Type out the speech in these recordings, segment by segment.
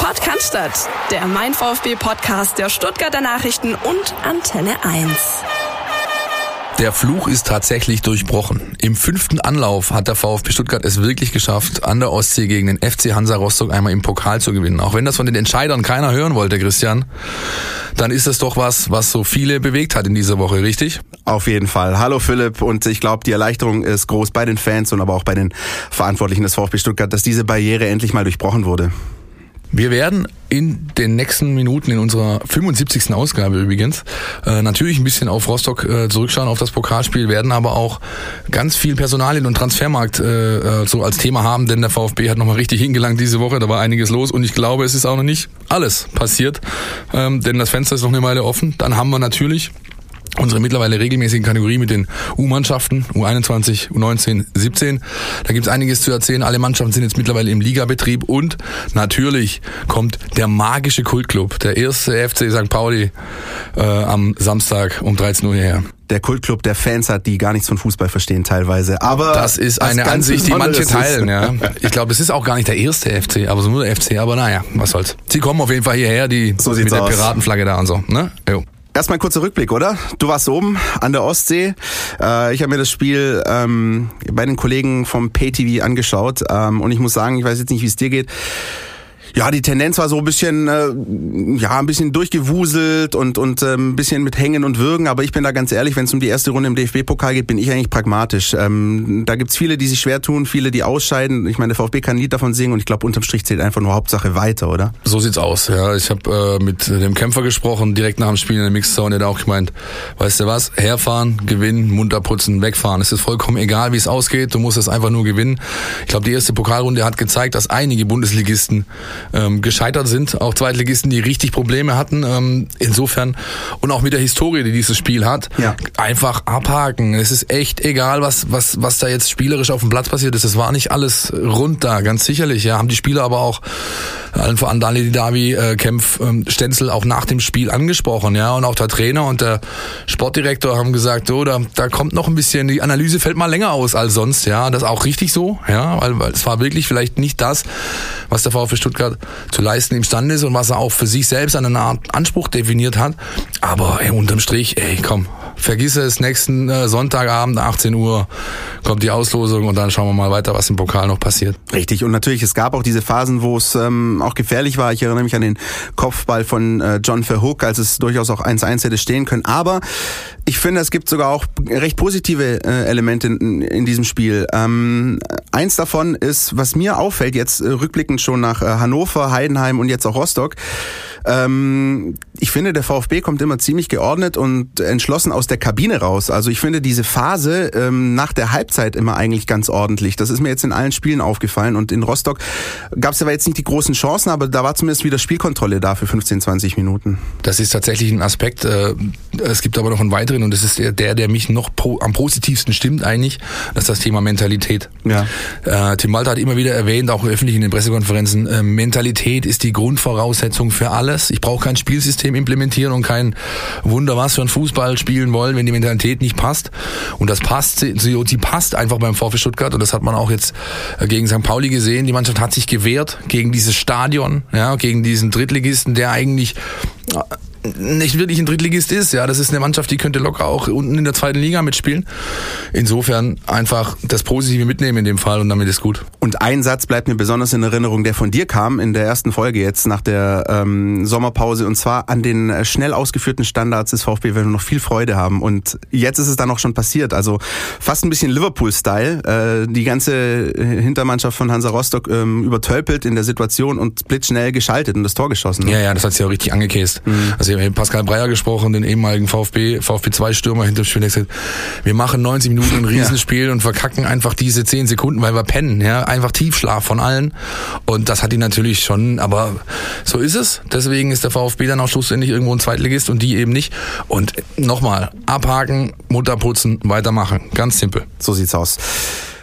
Podcast, der Mein VfB-Podcast der Stuttgarter Nachrichten und Antenne 1. Der Fluch ist tatsächlich durchbrochen. Im 5. Anlauf hat der VfB Stuttgart es wirklich geschafft, an der Ostsee gegen den FC Hansa Rostock einmal im Pokal zu gewinnen. Auch wenn das von den Entscheidern keiner hören wollte, Christian, dann ist das doch was so viele bewegt hat in dieser Woche, richtig? Auf jeden Fall. Hallo Philipp, und ich glaube, die Erleichterung ist groß bei den Fans und aber auch bei den Verantwortlichen des VfB Stuttgart, dass diese Barriere endlich mal durchbrochen wurde. Wir werden in den nächsten Minuten in unserer 75. Ausgabe übrigens natürlich ein bisschen auf Rostock zurückschauen, auf das Pokalspiel, werden aber auch ganz viel Personalien und Transfermarkt so als Thema haben, denn der VfB hat nochmal richtig hingelangt diese Woche, da war einiges los und ich glaube, es ist auch noch nicht alles passiert, denn das Fenster ist noch eine Weile offen. Dann haben wir natürlich unsere mittlerweile regelmäßige Kategorie mit den U-Mannschaften, U21, U19, 17. Da gibt's einiges zu erzählen. Alle Mannschaften sind jetzt mittlerweile im Ligabetrieb und natürlich kommt der magische Kultclub, der erste FC St. Pauli, am Samstag um 13 Uhr hierher. Der Kultclub der Fans hat, die gar nichts von Fußball verstehen teilweise. Aber das ist eine Ansicht, die manche teilen. Ja. Ich glaube, das ist auch gar nicht der erste FC, aber so nur der FC. Aber naja, was soll's. Sie kommen auf jeden Fall hierher, die so mit der Piratenflagge da und so. Ne? Jo. Erstmal ein kurzer Rückblick, oder? Du warst oben an der Ostsee. Ich habe mir das Spiel bei den Kollegen vom Pay-TV angeschaut. Und ich muss sagen, ich weiß jetzt nicht, wie es dir geht. Ja, die Tendenz war so ein bisschen, ein bisschen durchgewuselt und ein bisschen mit Hängen und Würgen. Aber ich bin da ganz ehrlich, wenn es um die erste Runde im DFB-Pokal geht, bin ich eigentlich pragmatisch. Da gibt's viele, die sich schwer tun, viele, die ausscheiden. Ich meine, der VfB kann ein Lied davon singen und ich glaube, unterm Strich zählt einfach nur Hauptsache weiter, oder? So sieht's aus, ja. Ich habe mit dem Kämpfer gesprochen, direkt nach dem Spiel in der Mixzone, der hat auch gemeint, weißt du was, herfahren, gewinnen, munter putzen, wegfahren. Es ist vollkommen egal, wie es ausgeht, du musst es einfach nur gewinnen. Ich glaube, die erste Pokalrunde hat gezeigt, dass einige Bundesligisten gescheitert sind, auch Zweitligisten, die richtig Probleme hatten. Insofern und auch mit der Historie, die dieses Spiel hat, einfach abhaken. Es ist echt egal, was da jetzt spielerisch auf dem Platz passiert ist. Es war nicht alles rund da, ganz sicherlich. Ja, haben die Spieler aber auch allen voran Dali Didavi, Kempf, Stenzel auch nach dem Spiel angesprochen, ja, und auch der Trainer und der Sportdirektor haben gesagt, so, da kommt noch ein bisschen, die Analyse fällt mal länger aus als sonst, ja, das ist auch richtig so, ja, weil es war wirklich vielleicht nicht das, was der VfB Stuttgart zu leisten imstande ist und was er auch für sich selbst an einer Art Anspruch definiert hat. Aber unterm Strich, komm, vergiss es, nächsten Sonntagabend, 18 Uhr, kommt die Auslosung und dann schauen wir mal weiter, was im Pokal noch passiert. Richtig, und natürlich, es gab auch diese Phasen, wo es auch gefährlich war. Ich erinnere mich an den Kopfball von John Verhoek, als es durchaus auch 1-1 hätte stehen können. Aber ich finde, es gibt sogar auch recht positive Elemente in diesem Spiel. Eins davon ist, was mir auffällt, jetzt rückblickend schon nach Hannover, Heidenheim und jetzt auch Rostock. Ich finde, der VfB kommt immer ziemlich geordnet und entschlossen aus der Kabine raus. Also ich finde diese Phase nach der Halbzeit immer eigentlich ganz ordentlich. Das ist mir jetzt in allen Spielen aufgefallen. Und in Rostock gab es aber jetzt nicht die großen Chancen, aber da war zumindest wieder Spielkontrolle da für 15, 20 Minuten. Das ist tatsächlich ein Aspekt. Es gibt aber noch einen weiteren und das ist der mich noch am positivsten stimmt eigentlich. Das ist das Thema Mentalität. Ja. Tim Walter hat immer wieder erwähnt, auch öffentlich in den Pressekonferenzen, Mentalität ist die Grundvoraussetzung für alles. Ich brauche kein Spielsystem implementieren und kein Wunder, was für ein Fußball spielen wollen, wenn die Mentalität nicht passt. Und das passt, sie passt einfach beim VfB Stuttgart und das hat man auch jetzt gegen St. Pauli gesehen. Die Mannschaft hat sich gewehrt gegen dieses Stadion, ja, gegen diesen Drittligisten, der eigentlich nicht wirklich ein Drittligist ist. Ja, das ist eine Mannschaft, die könnte locker auch unten in der zweiten Liga mitspielen. Insofern einfach das Positive mitnehmen in dem Fall und damit ist gut. Und ein Satz bleibt mir besonders in Erinnerung, der von dir kam in der ersten Folge jetzt nach der Sommerpause, und zwar an den schnell ausgeführten Standards des VfB werden wir noch viel Freude haben. Und jetzt ist es dann auch schon passiert. Also fast ein bisschen Liverpool-Style. Die ganze Hintermannschaft von Hansa Rostock übertölpelt in der Situation und blitzschnell geschaltet und das Tor geschossen. Ne? Ja, das hat sich auch richtig angekäst. Also wir haben Pascal Breyer gesprochen, den ehemaligen VfB 2-Stürmer hinter dem Spiel, der gesagt, wir machen 90 Minuten ein Riesenspiel und verkacken einfach diese 10 Sekunden, weil wir pennen, ja, einfach Tiefschlaf von allen. Und das hat die natürlich schon, aber so ist es. Deswegen ist der VfB dann auch schlussendlich irgendwo ein Zweitligist und die eben nicht. Und nochmal, abhaken, munter putzen, weitermachen. Ganz simpel. So sieht's aus.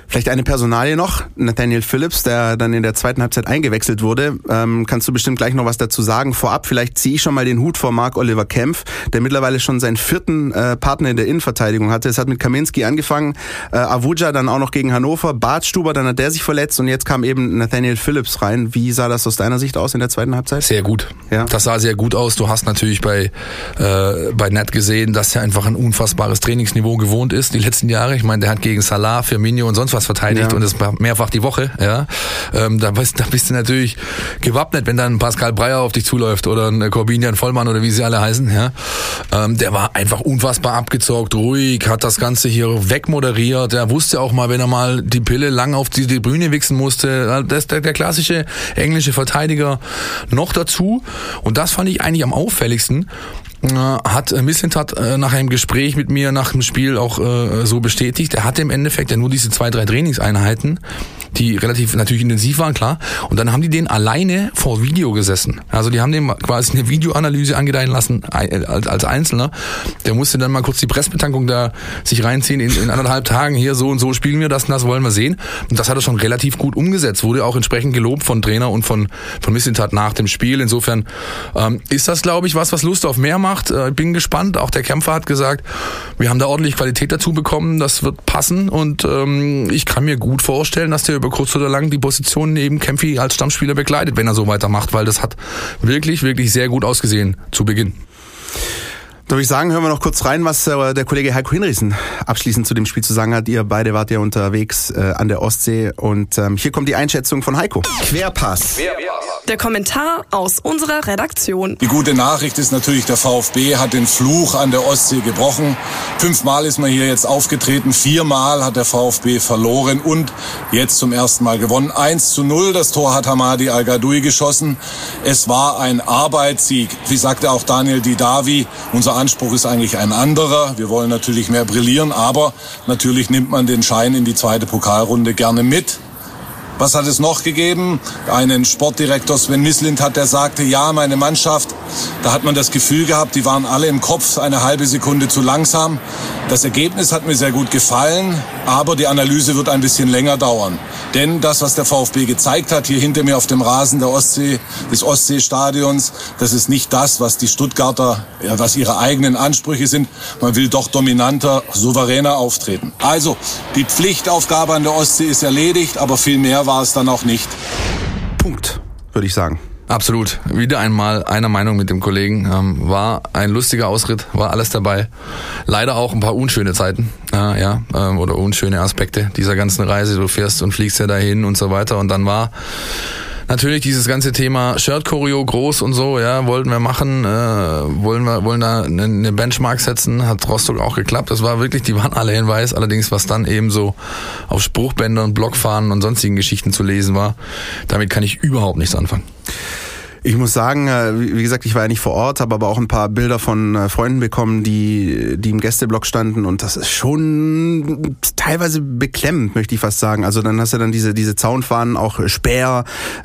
Vielleicht eine Personalie noch, Nathaniel Phillips, der dann in der zweiten Halbzeit eingewechselt wurde. Kannst du bestimmt gleich noch was dazu sagen. Vorab, vielleicht ziehe ich schon mal den Hut vor Marc-Oliver Kempf, der mittlerweile schon seinen 4. Partner in der Innenverteidigung hatte. Es hat mit Kaminski angefangen, Avuja dann auch noch gegen Hannover, Bartstuber, dann hat der sich verletzt und jetzt kam eben Nathaniel Phillips rein. Wie sah das aus deiner Sicht aus in der zweiten Halbzeit? Sehr gut. Ja. Das sah sehr gut aus. Du hast natürlich bei Nat gesehen, dass er einfach ein unfassbares Trainingsniveau gewohnt ist die letzten Jahre. Ich meine, der hat gegen Salah, Firmino und sonst was verteidigt und das mehrfach die Woche. Ja, da bist du natürlich gewappnet, wenn dann Pascal Breyer auf dich zuläuft oder ein Corbinian Vollmann oder wie sie alle heißen. Ja, der war einfach unfassbar abgezockt, ruhig, hat das Ganze hier wegmoderiert. Er wusste auch mal, wenn er mal die Pille lang auf die Tribüne wichsen musste. Das ist der klassische englische Verteidiger noch dazu. Und das fand ich eigentlich am auffälligsten. Hat Mislintat nach einem Gespräch mit mir nach dem Spiel auch so bestätigt. Er hatte im Endeffekt ja nur diese 2-3 Trainingseinheiten, die relativ natürlich intensiv waren, klar. Und dann haben die den alleine vor Video gesessen. Also die haben dem quasi eine Videoanalyse angedeihen lassen als Einzelner. Der musste dann mal kurz die Pressbetankung da sich reinziehen in 1,5 Tagen. Hier so und so spielen wir das und das wollen wir sehen. Und das hat er schon relativ gut umgesetzt. Wurde auch entsprechend gelobt von Trainer und von Mislintat nach dem Spiel. Insofern ist das, glaube ich, was Lust auf mehr macht. Ich bin gespannt. Auch der Kämpfer hat gesagt, wir haben da ordentlich Qualität dazu bekommen. Das wird passen. Und ich kann mir gut vorstellen, dass der über kurz oder lang die Position neben Kempfi als Stammspieler begleitet, wenn er so weitermacht, weil das hat wirklich, wirklich sehr gut ausgesehen zu Beginn. Darf ich sagen, hören wir noch kurz rein, was der Kollege Heiko Hinrichsen abschließend zu dem Spiel zu sagen hat. Ihr beide wart ja unterwegs an der Ostsee und hier kommt die Einschätzung von Heiko. Querpass. Der Kommentar aus unserer Redaktion. Die gute Nachricht ist natürlich, der VfB hat den Fluch an der Ostsee gebrochen. 5-mal ist man hier jetzt aufgetreten, 4-mal hat der VfB verloren und jetzt zum ersten Mal gewonnen. 1:0, das Tor hat Hamadi Al-Gadoui geschossen. Es war ein Arbeitssieg. Wie sagte auch Daniel Didavi, unser Anspruch ist eigentlich ein anderer. Wir wollen natürlich mehr brillieren, aber natürlich nimmt man den Schein in die zweite Pokalrunde gerne mit. Was hat es noch gegeben? Einen Sportdirektor, Sven Mislintat, der sagte, ja, meine Mannschaft, da hat man das Gefühl gehabt, die waren alle im Kopf eine halbe Sekunde zu langsam. Das Ergebnis hat mir sehr gut gefallen, aber die Analyse wird ein bisschen länger dauern. Denn das, was der VfB gezeigt hat, hier hinter mir auf dem Rasen der Ostsee, des Ostseestadions, das ist nicht das, was die Stuttgarter, was ihre eigenen Ansprüche sind. Man will doch dominanter, souveräner auftreten. Also, die Pflichtaufgabe an der Ostsee ist erledigt, aber viel mehr war es dann auch nicht. Punkt, würde ich sagen. Absolut. Wieder einmal einer Meinung mit dem Kollegen. War ein lustiger Ausritt, war alles dabei. Leider auch ein paar unschöne Zeiten, oder unschöne Aspekte dieser ganzen Reise. Du fährst und fliegst ja dahin und so weiter. Und dann war natürlich dieses ganze Thema Shirt-Choreo groß und so, ja, wollten wir machen, wollen da eine Benchmark setzen, hat Rostock auch geklappt. Das war wirklich, die waren alle in weiß, allerdings was dann eben so auf Spruchbändern, Blockfahnen und sonstigen Geschichten zu lesen war, damit kann ich überhaupt nichts anfangen. Ich muss sagen, wie gesagt, ich war ja nicht vor Ort, habe aber auch ein paar Bilder von Freunden bekommen, die im Gästeblock standen und das ist schon teilweise beklemmend, möchte ich fast sagen. Also dann hast du dann diese Zaunfahnen, auch Speer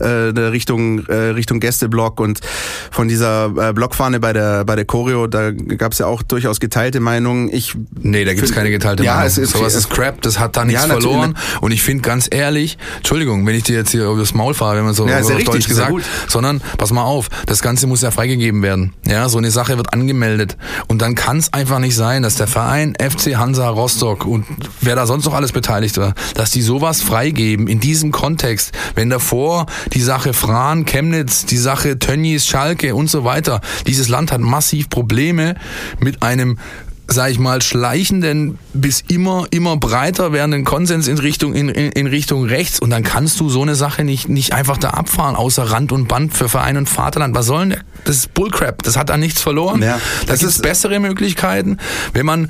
Richtung Gästeblock und von dieser Blockfahne bei der Choreo, da gab es ja auch durchaus geteilte Meinungen. Nee, da gibt's keine geteilte Meinung. Sowas ist Crap, das hat da nichts verloren. Und ich finde ganz ehrlich, Entschuldigung, wenn ich dir jetzt hier über das Maul fahre, wenn man so auf Deutsch gesagt, sondern pass mal auf, das Ganze muss ja freigegeben werden. Ja, so eine Sache wird angemeldet. Und dann kann es einfach nicht sein, dass der Verein FC Hansa Rostock und wer da sonst noch alles beteiligt war, dass die sowas freigeben in diesem Kontext, wenn davor die Sache Frahn, Chemnitz, die Sache Tönnies, Schalke und so weiter, dieses Land hat massiv Probleme mit einem, sag ich mal, schleichenden bis immer breiter werdenden Konsens in Richtung rechts und dann kannst du so eine Sache nicht einfach da abfahren, außer Rand und Band für Verein und Vaterland. Was soll denn das ist Bullcrap, das hat da nichts verloren. Ja, da gibt es bessere Möglichkeiten. Wenn man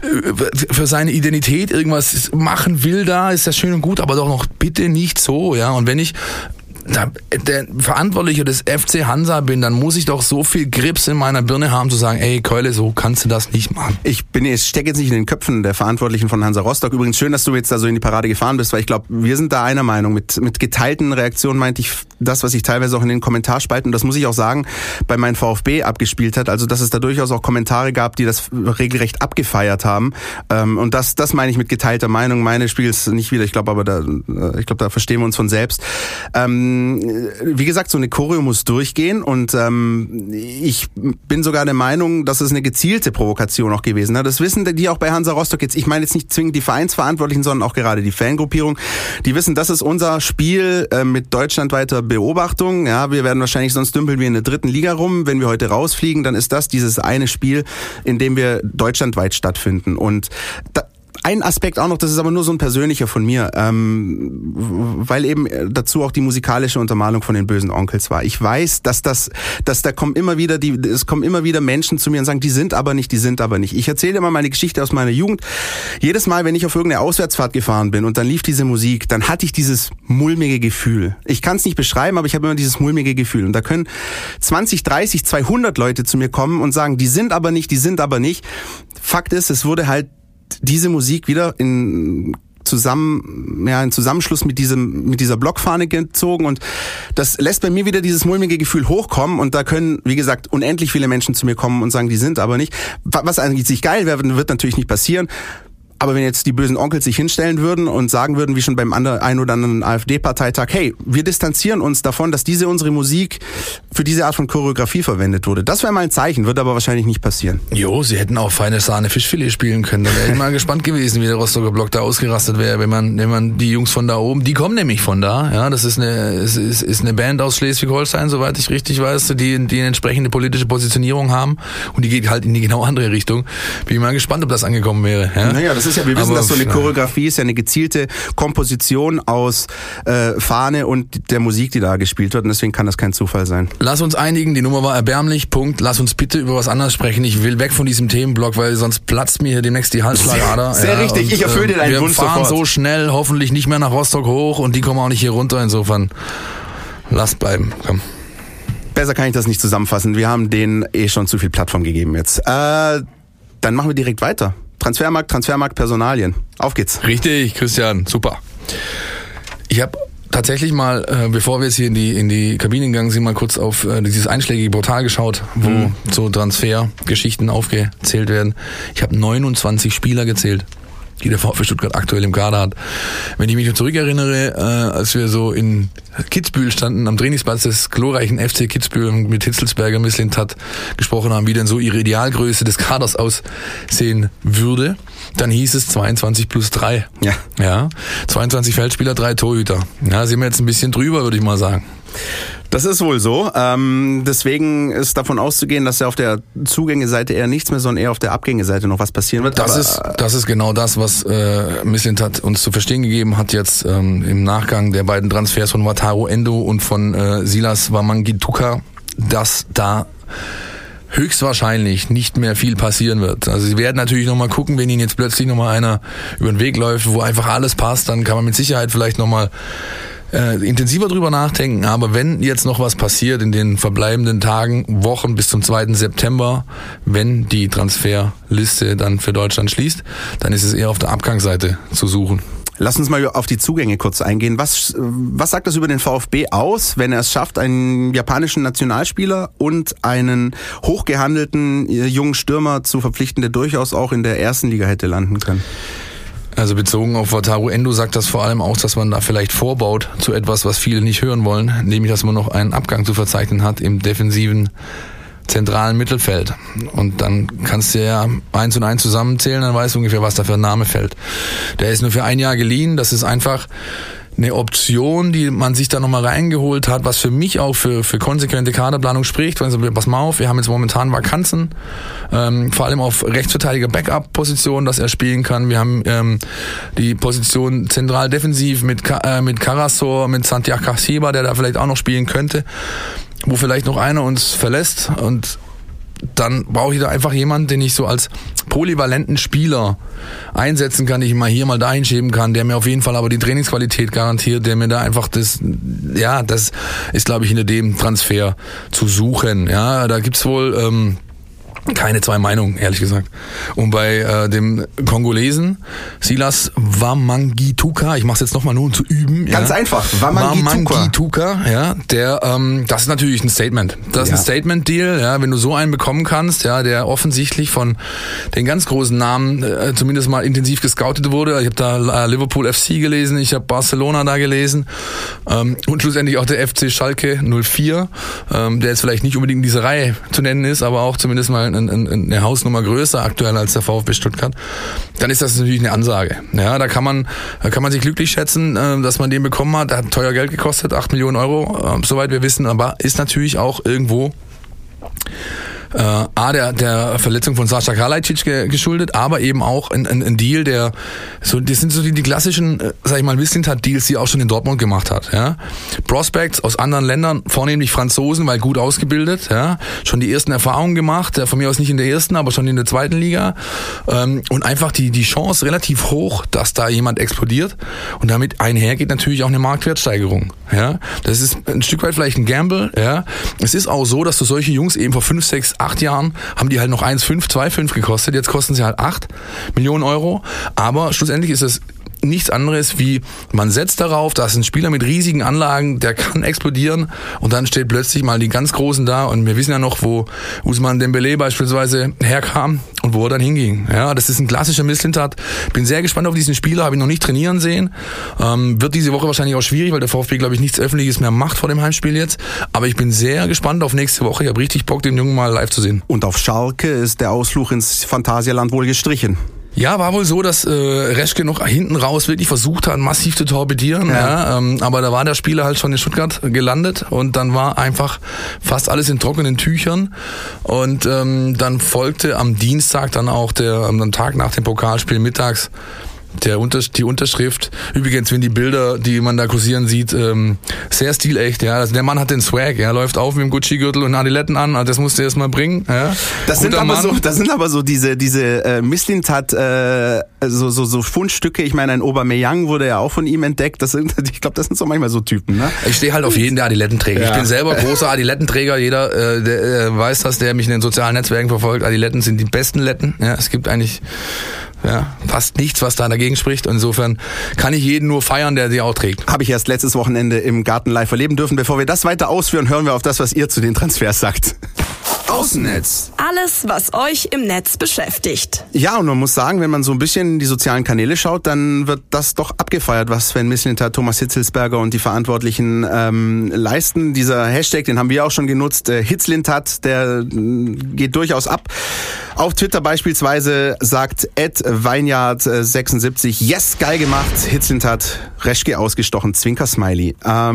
für seine Identität irgendwas machen will, da ist das schön und gut, aber doch noch bitte nicht so, ja. Und wenn ich der Verantwortliche des FC Hansa bin, dann muss ich doch so viel Grips in meiner Birne haben, zu sagen, ey Keule, so kannst du das nicht machen. Ich stecke jetzt nicht in den Köpfen der Verantwortlichen von Hansa Rostock. Übrigens schön, dass du jetzt da so in die Parade gefahren bist, weil ich glaube, wir sind da einer Meinung. Mit geteilten Reaktionen meinte ich das, was ich teilweise auch in den Kommentarspalten, und das muss ich auch sagen, bei meinem VfB abgespielt hat. Also, dass es da durchaus auch Kommentare gab, die das regelrecht abgefeiert haben. Und das meine ich mit geteilter Meinung. Meine spiegelt es nicht wieder. Ich glaube, da verstehen wir uns von selbst. Wie gesagt, so eine Choreo muss durchgehen, und ich bin sogar der Meinung, dass es eine gezielte Provokation auch gewesen ist. Das wissen die auch bei Hansa Rostock jetzt. Ich meine jetzt nicht zwingend die Vereinsverantwortlichen, sondern auch gerade die Fangruppierung. Die wissen, das ist unser Spiel mit deutschlandweiter Beobachtung. Ja, wir werden wahrscheinlich, sonst dümpeln wir in der 3. Liga rum. Wenn wir heute rausfliegen, dann ist das dieses eine Spiel, in dem wir deutschlandweit stattfinden. Und ein Aspekt auch noch, das ist aber nur so ein persönlicher von mir, weil eben dazu auch die musikalische Untermalung von den Bösen Onkels war. Ich weiß, dass da kommen immer wieder Menschen zu mir und sagen, die sind aber nicht. Ich erzähle immer meine Geschichte aus meiner Jugend. Jedes Mal, wenn ich auf irgendeine Auswärtsfahrt gefahren bin und dann lief diese Musik, dann hatte ich dieses mulmige Gefühl. Ich kann es nicht beschreiben, aber ich habe immer dieses mulmige Gefühl. Und da können 20, 30, 200 Leute zu mir kommen und sagen, die sind aber nicht. Fakt ist, es wurde halt diese Musik wieder in Zusammenschluss mit dieser Blockfahne gezogen, und das lässt bei mir wieder dieses mulmige Gefühl hochkommen, und da können, wie gesagt, unendlich viele Menschen zu mir kommen und sagen, die sind aber nicht. Was eigentlich sich geil wäre, wird natürlich nicht passieren. Aber wenn jetzt die bösen Onkels sich hinstellen würden und sagen würden, wie schon beim ein oder anderen AfD-Parteitag, hey, wir distanzieren uns davon, dass unsere Musik für diese Art von Choreografie verwendet wurde. Das wäre mal ein Zeichen, wird aber wahrscheinlich nicht passieren. Jo, sie hätten auch feine Sahne Fischfilet spielen können. Da wäre ich mal gespannt gewesen, wie der Rostocker Block da ausgerastet wäre, wenn man die Jungs von da oben, die kommen nämlich von da, ja, das ist eine Band aus Schleswig-Holstein, soweit ich richtig weiß, die eine entsprechende politische Positionierung haben, und die geht halt in die genau andere Richtung. Bin mal gespannt, ob das angekommen wäre. Ja? Naja, wir wissen, dass so eine Choreografie ist ja eine gezielte Komposition aus Fahne und der Musik, die da gespielt wird, und deswegen kann das kein Zufall sein. Lass uns einigen, die Nummer war erbärmlich, Punkt. Lass uns bitte über was anderes sprechen. Ich will weg von diesem Themenblock, weil sonst platzt mir hier demnächst die Halsschlagader. Sehr richtig, ich erfülle dir deinen Wunsch sofort. Wir fahren so schnell, hoffentlich nicht mehr nach Rostock hoch, und die kommen auch nicht hier runter, insofern lass bleiben, komm. Besser kann ich das nicht zusammenfassen, wir haben denen schon zu viel Plattform gegeben jetzt. Dann machen wir direkt weiter. Transfermarkt, Personalien. Auf geht's. Richtig, Christian, super. Ich habe tatsächlich mal, bevor wir jetzt hier in die Kabine gegangen sind, mal kurz auf dieses einschlägige Portal geschaut, wo so Transfergeschichten aufgezählt werden. Ich habe 29 Spieler gezählt, die der VfB Stuttgart aktuell im Kader hat. Wenn ich mich noch zurückerinnere, als wir so in Kitzbühel standen, am Trainingsplatz des glorreichen FC Kitzbühel, mit Hitzelsberger, Mislintat gesprochen haben, wie denn so ihre Idealgröße des Kaders aussehen würde, dann hieß es 22 plus 3. Ja. 22 Feldspieler, 3 Torhüter. Ja, sind wir jetzt ein bisschen drüber, würde ich mal sagen. Das ist wohl so. Deswegen ist davon auszugehen, dass ja auf der Zugängeseite eher nichts mehr, sondern eher auf der Abgängeseite noch was passieren wird. Das ist genau das, was Mislintat uns zu verstehen gegeben hat jetzt im Nachgang der beiden Transfers von Wataru Endo und von Silas Wamangituka, dass da höchstwahrscheinlich nicht mehr viel passieren wird. Also sie werden natürlich nochmal gucken, wenn ihnen jetzt plötzlich nochmal einer über den Weg läuft, wo einfach alles passt, dann kann man mit Sicherheit vielleicht nochmal intensiver drüber nachdenken, aber wenn jetzt noch was passiert in den verbleibenden Tagen, Wochen bis zum 2. September, wenn die Transferliste dann für Deutschland schließt, dann ist es eher auf der Abgangsseite zu suchen. Lass uns mal auf die Zugänge kurz eingehen. Was sagt das über den VfB aus, wenn er es schafft, einen japanischen Nationalspieler und einen hochgehandelten jungen Stürmer zu verpflichten, der durchaus auch in der ersten Liga hätte landen können? Also bezogen auf Wataru Endo sagt das vor allem aus, dass man da vielleicht vorbaut zu etwas, was viele nicht hören wollen, nämlich dass man noch einen Abgang zu verzeichnen hat im defensiven zentralen Mittelfeld. Und dann kannst du ja 1 und 1 zusammenzählen, dann weißt du ungefähr, was da für ein Name fällt. Der ist nur für ein Jahr geliehen, das ist einfach eine Option, die man sich da nochmal reingeholt hat, was für mich auch für konsequente Kaderplanung spricht. Also, pass mal auf, wir haben jetzt momentan Vakanzen, vor allem auf Rechtsverteidiger Backup-Position, dass er spielen kann. Wir haben die Position zentral defensiv mit Karasor, mit Santiago Casiba, der da vielleicht auch noch spielen könnte, wo vielleicht noch einer uns verlässt, und dann brauche ich da einfach jemanden, den ich so als polyvalenten Spieler einsetzen kann, die ich mal hier, mal dahin schieben kann, der mir auf jeden Fall aber die Trainingsqualität garantiert, der mir da einfach das ist, glaube ich, hinter dem Transfer zu suchen. Ja, da gibt's wohl keine zwei Meinungen, ehrlich gesagt. Und bei dem Kongolesen Silas Wamangituka, ich mache es jetzt nochmal nur, um zu üben. Ganz einfach, Wamangituka, ja, das ist natürlich ein Statement. Das ist ein Statement-Deal, ja, wenn du so einen bekommen kannst, ja, der offensichtlich von den ganz großen Namen zumindest mal intensiv gescoutet wurde. Ich habe da Liverpool FC gelesen, ich habe Barcelona da gelesen und schlussendlich auch der FC Schalke 04, der jetzt vielleicht nicht unbedingt in dieser Reihe zu nennen ist, aber auch zumindest mal eine Hausnummer größer aktuell als der VfB Stuttgart, dann ist das natürlich eine Ansage. Ja, da kann man sich glücklich schätzen, dass man den bekommen hat. Der hat teuer Geld gekostet, 8 Millionen Euro, soweit wir wissen, aber ist natürlich auch irgendwo der Verletzung von Sascha Kalajdzic geschuldet, aber eben auch ein Deal, das sind so die klassischen, sag ich mal, Mislintat-Deals, die er auch schon in Dortmund gemacht hat. Ja? Prospects aus anderen Ländern, vornehmlich Franzosen, weil gut ausgebildet, ja? Schon die ersten Erfahrungen gemacht, von mir aus nicht in der ersten, aber schon in der zweiten Liga, und einfach die Chance relativ hoch, dass da jemand explodiert, und damit einhergeht natürlich auch eine Marktwertsteigerung. Ja? Das ist ein Stück weit vielleicht ein Gamble. Ja? Es ist auch so, dass du solche Jungs eben vor 5, 6, 8 Jahren haben die halt noch 1,5, 2,5 gekostet. Jetzt kosten sie halt 8 Millionen Euro. Aber schlussendlich ist es nichts anderes wie, man setzt darauf, da ist ein Spieler mit riesigen Anlagen, der kann explodieren, und dann steht plötzlich mal die ganz Großen da, und wir wissen ja noch, wo Ousmane Dembélé beispielsweise herkam und wo er dann hinging. Ja, das ist ein klassischer Mislintat. Bin sehr gespannt auf diesen Spieler, habe ihn noch nicht trainieren sehen. Wird diese Woche wahrscheinlich auch schwierig, weil der VfB, glaube ich, nichts Öffentliches mehr macht vor dem Heimspiel jetzt. Aber ich bin sehr gespannt auf nächste Woche. Ich habe richtig Bock, den Jungen mal live zu sehen. Und auf Schalke ist der Ausflug ins Phantasialand wohl gestrichen. Ja, war wohl so, dass Reschke noch hinten raus wirklich versucht hat, massiv zu torpedieren. Ja. Aber da war der Spieler halt schon in Stuttgart gelandet, und dann war einfach fast alles in trockenen Tüchern. Und dann folgte am Dienstag dann auch am Tag nach dem Pokalspiel mittags die Unterschrift. Übrigens, wenn die Bilder, die man da kursieren sieht, sehr stilecht. Ja, also der Mann hat den Swag. Er läuft auf mit dem Gucci-Gürtel und Adiletten an. Also das musste er erst mal bringen. Ja. Das sind aber so diese Mislintat so Fundstücke. Ich meine, ein Aubameyang wurde ja auch von ihm entdeckt. Ich glaube, das sind so manchmal so Typen. Ne? Ich stehe halt auf jeden, der Adiletten trägt. Ja. Ich bin selber großer Adilettenträger. Jeder der weiß das, der mich in den sozialen Netzwerken verfolgt. Adiletten sind die besten Letten. Ja, es gibt eigentlich fast nichts, was da dagegen spricht. Und insofern kann ich jeden nur feiern, der sie auch trägt. Habe ich erst letztes Wochenende im Garten live erleben dürfen. Bevor wir das weiter ausführen, hören wir auf das, was ihr zu den Transfers sagt. Außennetz. Alles, was euch im Netz beschäftigt. Ja, und man muss sagen, wenn man so ein bisschen in die sozialen Kanäle schaut, dann wird das doch abgefeiert, was Sven Mislintat, Thomas Hitzelsberger und die Verantwortlichen leisten. Dieser Hashtag, den haben wir auch schon genutzt, Hitzlintat, der geht durchaus ab. Auf Twitter beispielsweise sagt @Weinjard76, yes, geil gemacht, Hitzlintat, Reschke ausgestochen, Zwinker-Smiley.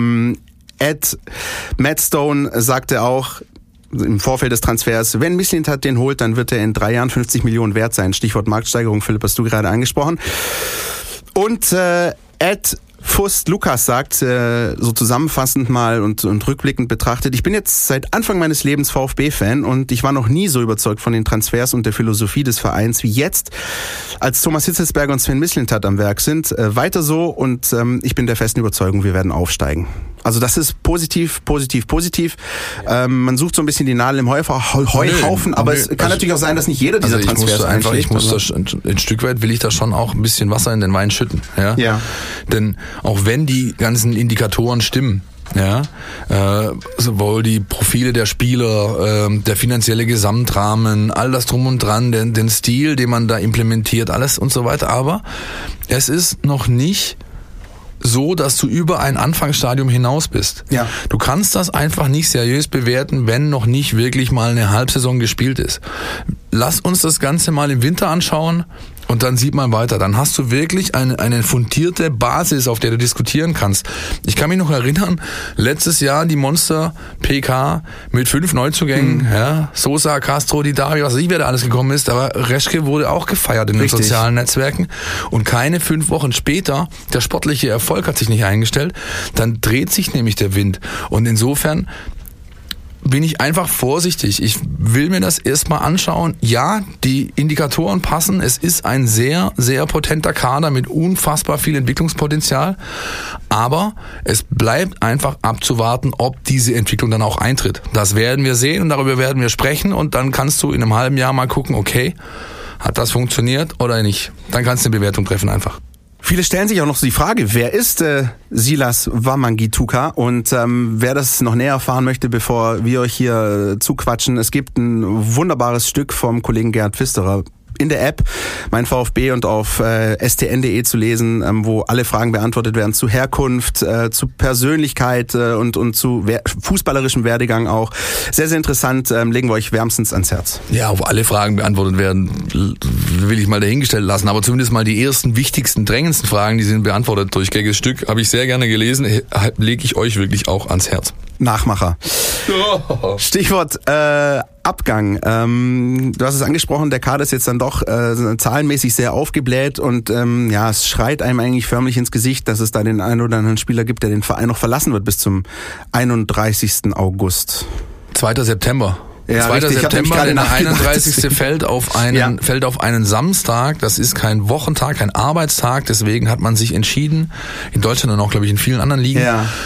Matt Stone sagte auch im Vorfeld des Transfers, wenn Mislintat den holt, dann wird er in 3 Jahren 50 Millionen wert sein. Stichwort Marktsteigerung, Philipp, hast du gerade angesprochen. Und Fust Lukas sagt, so zusammenfassend mal und rückblickend betrachtet, ich bin jetzt seit Anfang meines Lebens VfB-Fan, und ich war noch nie so überzeugt von den Transfers und der Philosophie des Vereins wie jetzt, als Thomas Hitzelsberger und Sven Mislintat am Werk sind. Weiter so, und ich bin der festen Überzeugung, wir werden aufsteigen. Also das ist positiv. Man sucht so ein bisschen die Nadel im Heuhaufen, aber es kann natürlich auch sein, dass nicht jeder dieser Transfers einschlägt. Ein Stück weit will ich da schon auch ein bisschen Wasser in den Wein schütten. Ja. Denn auch wenn die ganzen Indikatoren stimmen, ja, sowohl die Profile der Spieler, der finanzielle Gesamtrahmen, all das drum und dran, den Stil, den man da implementiert, alles und so weiter, aber es ist noch nicht so, dass du über ein Anfangsstadium hinaus bist. Ja. Du kannst das einfach nicht seriös bewerten, wenn noch nicht wirklich mal eine Halbsaison gespielt ist. Lass uns das Ganze mal im Winter anschauen, und dann sieht man weiter. Dann hast du wirklich eine fundierte Basis, auf der du diskutieren kannst. Ich kann mich noch erinnern, letztes Jahr die Monster PK mit 5 Neuzugängen, ja, Sosa, Castro, Didavi, was weiß ich, wer da alles gekommen ist, aber Reschke wurde auch gefeiert in den sozialen Netzwerken, und keine 5 Wochen später, der sportliche Erfolg hat sich nicht eingestellt, dann dreht sich nämlich der Wind, und insofern bin ich einfach vorsichtig. Ich will mir das erstmal anschauen. Ja, die Indikatoren passen. Es ist ein sehr, sehr potenter Kader mit unfassbar viel Entwicklungspotenzial. Aber es bleibt einfach abzuwarten, ob diese Entwicklung dann auch eintritt. Das werden wir sehen und darüber werden wir sprechen. Und dann kannst du in einem halben Jahr mal gucken, okay, hat das funktioniert oder nicht? Dann kannst du eine Bewertung treffen einfach. Viele stellen sich auch noch so die Frage, wer ist Silas Wamangituka? Und wer das noch näher erfahren möchte, bevor wir euch hier zuquatschen, es gibt ein wunderbares Stück vom Kollegen Gerhard Pfisterer in der App Mein VfB und auf stn.de zu lesen, wo alle Fragen beantwortet werden zu Herkunft, zu Persönlichkeit und zu fußballerischem Werdegang auch. Sehr, sehr interessant, legen wir euch wärmstens ans Herz. Ja, ob alle Fragen beantwortet werden, will ich mal dahingestellt lassen, aber zumindest mal die ersten, wichtigsten, drängendsten Fragen, die sind beantwortet durch Gegges Stück, habe ich sehr gerne gelesen, lege ich euch wirklich auch ans Herz. Nachmacher. Oh. Stichwort Abgang. Du hast es angesprochen, der Kader ist jetzt dann doch zahlenmäßig sehr aufgebläht und es schreit einem eigentlich förmlich ins Gesicht, dass es da den einen oder anderen Spieler gibt, der den Verein noch verlassen wird bis zum 31. August. 2. September. Ja, 2. richtig. September, der 31. fällt auf einen Samstag. Das ist kein Wochentag, kein Arbeitstag. Deswegen hat man sich entschieden, in Deutschland und auch, glaube ich, in vielen anderen Ligen,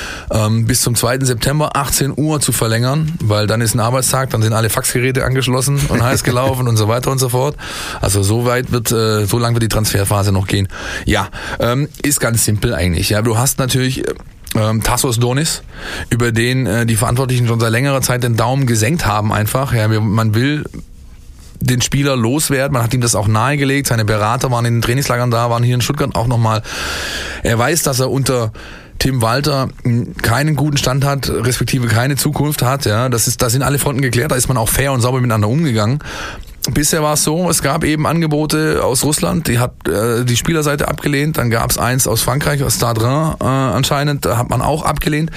bis zum 2. September 18 Uhr zu verlängern, weil dann ist ein Arbeitstag, dann sind alle Faxgeräte angeschlossen und heiß gelaufen und so weiter und so fort. Also so lang wird die Transferphase noch gehen. Ja, ist ganz simpel eigentlich. Ja, du hast natürlich Tassos Donis, über den die Verantwortlichen schon seit längerer Zeit den Daumen gesenkt haben einfach. Ja, man will den Spieler loswerden, man hat ihm das auch nahegelegt, seine Berater waren in den Trainingslagern da, waren hier in Stuttgart auch nochmal. Er weiß, dass er unter Tim Walter keinen guten Stand hat, respektive keine Zukunft hat. Ja, da sind alle Fronten geklärt, da ist man auch fair und sauber miteinander umgegangen. Bisher war es so, es gab eben Angebote aus Russland, die hat die Spielerseite abgelehnt, dann gab es eins aus Frankreich, aus Stade Reims anscheinend, da hat man auch abgelehnt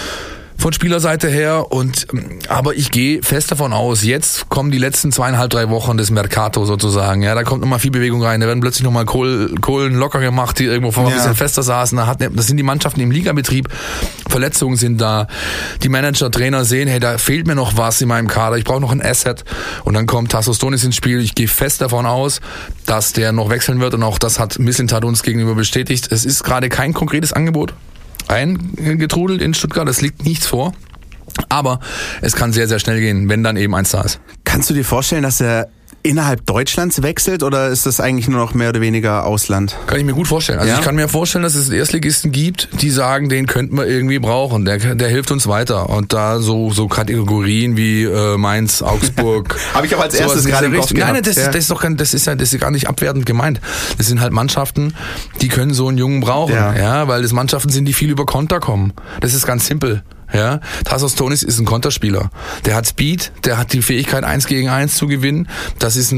von Spielerseite her. Aber ich gehe fest davon aus, jetzt kommen die letzten 2,5-3 Wochen des Mercato sozusagen. Ja, da kommt nochmal viel Bewegung rein, da werden plötzlich nochmal Kohlen locker gemacht, die irgendwo vorher ein bisschen fester saßen. Das sind die Mannschaften im Ligabetrieb, Verletzungen sind da, die Manager, Trainer sehen, hey, da fehlt mir noch was in meinem Kader, ich brauche noch ein Asset. Und dann kommt Tassos Donis ins Spiel. Ich gehe fest davon aus, dass der noch wechseln wird und auch das hat Mislintat uns gegenüber bestätigt. Es ist gerade kein konkretes Angebot eingetrudelt in Stuttgart, es liegt nichts vor, aber es kann sehr, sehr schnell gehen, wenn dann eben eins da ist. Kannst du dir vorstellen, dass er innerhalb Deutschlands wechselt oder ist das eigentlich nur noch mehr oder weniger Ausland? Kann ich mir gut vorstellen. Also ich kann mir vorstellen, dass es Erstligisten gibt, die sagen, den könnten wir irgendwie brauchen. Der hilft uns weiter. Und da so Kategorien wie Mainz, Augsburg. Habe ich auch als erstes gerade im Kopf gehabt. Nein, das ist gar nicht abwertend gemeint. Das sind halt Mannschaften, die können so einen Jungen brauchen. Ja, weil das Mannschaften sind, die viel über Konter kommen. Das ist ganz simpel. Ja, Tassos Donis ist ein Konterspieler. Der hat Speed, der hat die Fähigkeit 1 gegen 1 zu gewinnen. Das ist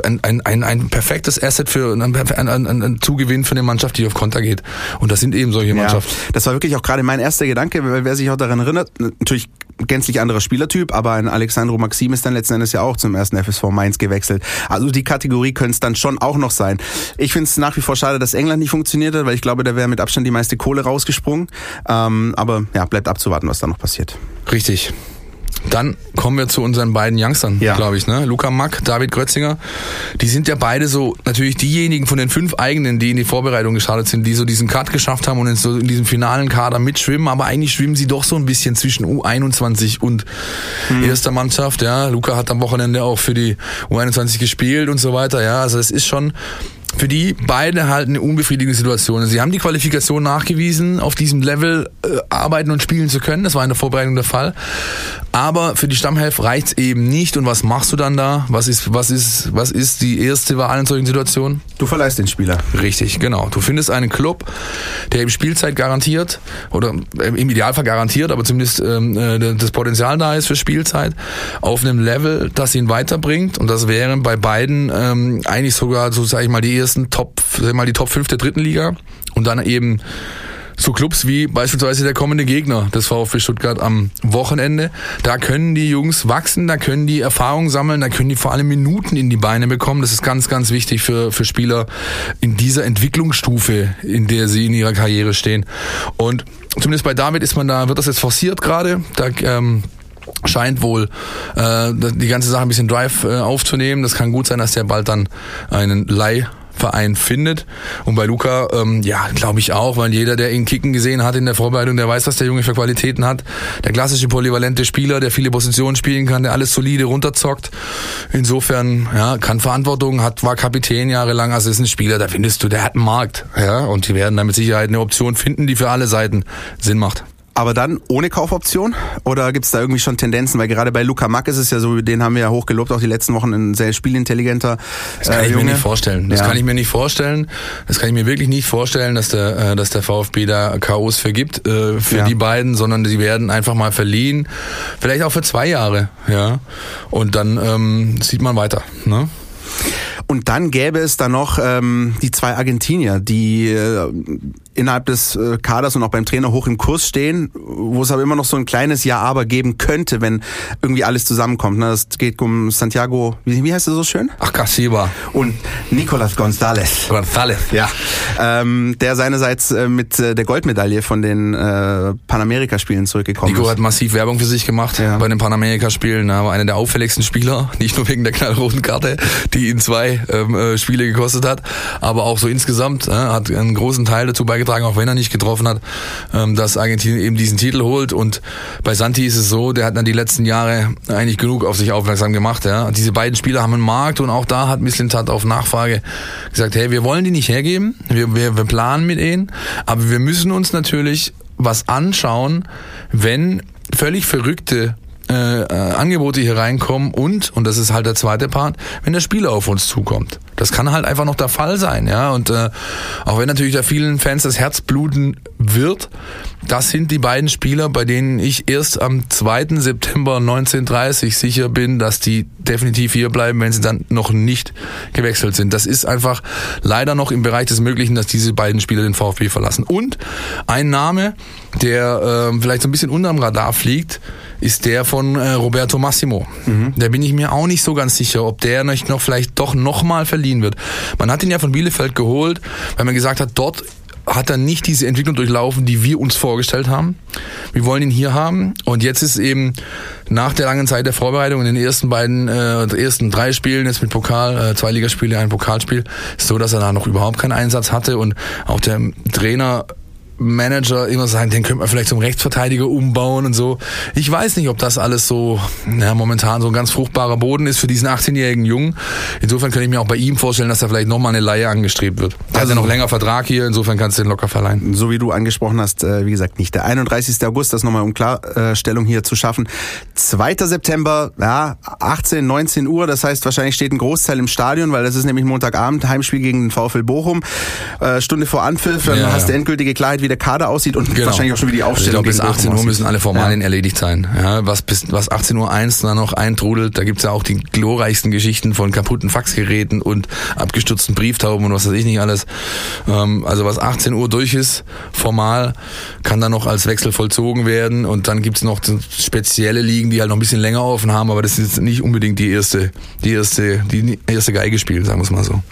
ein perfektes Asset für ein Zugewinn für eine Mannschaft, die auf Konter geht. Und das sind eben solche Mannschaften. Das war wirklich auch gerade mein erster Gedanke, weil wer sich auch daran erinnert, natürlich gänzlich anderer Spielertyp, aber ein Alexandro Maxim ist dann letzten Endes ja auch zum ersten FSV Mainz gewechselt. Also die Kategorie könnte es dann schon auch noch sein. Ich finde es nach wie vor schade, dass England nicht funktioniert hat, weil ich glaube, da wäre mit Abstand die meiste Kohle rausgesprungen. Aber ja, bleibt abzuwarten, was da noch passiert. Richtig. Dann kommen wir zu unseren beiden Youngstern, glaube ich, ne? Luca Mack, David Grötzinger. Die sind ja beide so natürlich diejenigen von den 5 eigenen, die in die Vorbereitung gestartet sind, die so diesen Cut geschafft haben und in diesem finalen Kader mitschwimmen. Aber eigentlich schwimmen sie doch so ein bisschen zwischen U21 und erster Mannschaft. Ja, Luca hat am Wochenende auch für die U21 gespielt und so weiter. Ja, also es ist schon für die beide halt eine unbefriedigende Situation. Sie haben die Qualifikation nachgewiesen, auf diesem Level arbeiten und spielen zu können. Das war in der Vorbereitung der Fall. Aber für die Stammelf reicht's eben nicht. Und was machst du dann da? Was ist die erste Wahl in solchen Situationen? Du verleihst den Spieler. Richtig, genau. Du findest einen Club, der ihm Spielzeit garantiert oder im Idealfall garantiert, aber zumindest das Potenzial da ist für Spielzeit auf einem Level, das ihn weiterbringt. Und das wären bei beiden eigentlich sogar, so sage ich mal, die Top 5 der dritten Liga und dann eben so Clubs wie beispielsweise der kommende Gegner des VfB Stuttgart am Wochenende. Da können die Jungs wachsen, da können die Erfahrung sammeln, da können die vor allem Minuten in die Beine bekommen. Das ist ganz, ganz wichtig für Spieler in dieser Entwicklungsstufe, in der sie in ihrer Karriere stehen. Und zumindest bei David wird das jetzt forciert gerade. Da scheint wohl die ganze Sache ein bisschen Drive aufzunehmen. Das kann gut sein, dass der bald dann einen Leihverein findet. Und bei Luka, glaube ich auch, weil jeder, der ihn kicken gesehen hat in der Vorbereitung, der weiß, was der Junge für Qualitäten hat. Der klassische polyvalente Spieler, der viele Positionen spielen kann, der alles solide runterzockt. Insofern, kann Verantwortung, war Kapitän jahrelang, also ist ein Spieler, da findest du, der hat einen Markt. Ja, und die werden da mit Sicherheit eine Option finden, die für alle Seiten Sinn macht. Aber dann ohne Kaufoption? Oder gibt's da irgendwie schon Tendenzen? Weil gerade bei Luka Mack ist es ja so, den haben wir ja hochgelobt, auch die letzten Wochen, ein sehr spielintelligenter Das kann ich mir nicht vorstellen. Das kann ich mir wirklich nicht vorstellen, dass der VfB da K.O.s vergibt für die beiden, sondern die werden einfach mal verliehen. Vielleicht auch für 2 Jahre. Ja. Und dann sieht man weiter. Ne? Und dann gäbe es da noch die 2 Argentinier, die innerhalb des Kaders und auch beim Trainer hoch im Kurs stehen, wo es aber immer noch so ein kleines Ja-Aber geben könnte, wenn irgendwie alles zusammenkommt. Ne? Das geht um Santiago, wie heißt er so schön? Casiba. Und Nicolás González. Ja. Der seinerseits mit der Goldmedaille von den Panamerikaspielen zurückgekommen ist. Nico hat massiv Werbung für sich gemacht bei den Panamerikaspielen. Er war einer der auffälligsten Spieler, nicht nur wegen der knallroten Karte, die ihn 2 Spiele gekostet hat, aber auch so insgesamt hat einen großen Teil dazu beigetragen, auch wenn er nicht getroffen hat, dass Argentinien eben diesen Titel holt. Und bei Santi ist es so, der hat dann die letzten Jahre eigentlich genug auf sich aufmerksam gemacht. Ja. Diese beiden Spieler haben einen Markt und auch da hat Mislintat auf Nachfrage gesagt, hey, wir wollen die nicht hergeben, wir planen mit ihnen, aber wir müssen uns natürlich was anschauen, wenn völlig verrückte Angebote hier reinkommen und das ist halt der zweite Part, wenn der Spieler auf uns zukommt. Das kann halt einfach noch der Fall sein, ja. Und auch wenn natürlich da vielen Fans das Herz bluten wird, das sind die beiden Spieler, bei denen ich erst am 2. September 1930 sicher bin, dass die definitiv hier bleiben, wenn sie dann noch nicht gewechselt sind. Das ist einfach leider noch im Bereich des Möglichen, dass diese beiden Spieler den VfB verlassen. Und ein Name, der vielleicht so ein bisschen unterm Radar fliegt, ist der von Roberto Massimo. Da bin ich mir auch nicht so ganz sicher, ob der noch vielleicht doch nochmal verliehen wird. Man hat ihn ja von Bielefeld geholt, weil man gesagt hat, dort hat er nicht diese Entwicklung durchlaufen, die wir uns vorgestellt haben. Wir wollen ihn hier haben. Und jetzt ist eben nach der langen Zeit der Vorbereitung in den ersten 3 Spielen, jetzt mit Pokal, 2 Ligaspiele, ein Pokalspiel, ist so, dass er da noch überhaupt keinen Einsatz hatte und auch der Trainer Manager immer sagen, den könnte man vielleicht zum Rechtsverteidiger umbauen und so. Ich weiß nicht, ob das alles so momentan so ein ganz fruchtbarer Boden ist für diesen 18-jährigen Jungen. Insofern kann ich mir auch bei ihm vorstellen, dass da vielleicht nochmal eine Leihe angestrebt wird. Er hat ja noch länger Vertrag hier, insofern kannst du den locker verleihen. So wie du angesprochen hast, wie gesagt, nicht der 31. August, das nochmal um Klarstellung hier zu schaffen. 2. September, 18, 19 Uhr, das heißt wahrscheinlich steht ein Großteil im Stadion, weil das ist nämlich Montagabend, Heimspiel gegen den VfL Bochum. Stunde vor Anpfiff, dann hast du endgültige Klarheit, wie der Kader aussieht und wahrscheinlich auch schon wieder die Aufstellung. Also ich glaube, bis 18 Uhr müssen alle Formalien erledigt sein. Ja, was 18.01 Uhr dann noch eintrudelt, da gibt's ja auch die glorreichsten Geschichten von kaputten Faxgeräten und abgestürzten Brieftauben und was weiß ich nicht alles. Also was 18 Uhr durch ist, formal, kann dann noch als Wechsel vollzogen werden und dann gibt's noch spezielle Ligen, die halt noch ein bisschen länger offen haben, aber das ist jetzt nicht unbedingt die erste Geige spielen, sagen wir es mal so.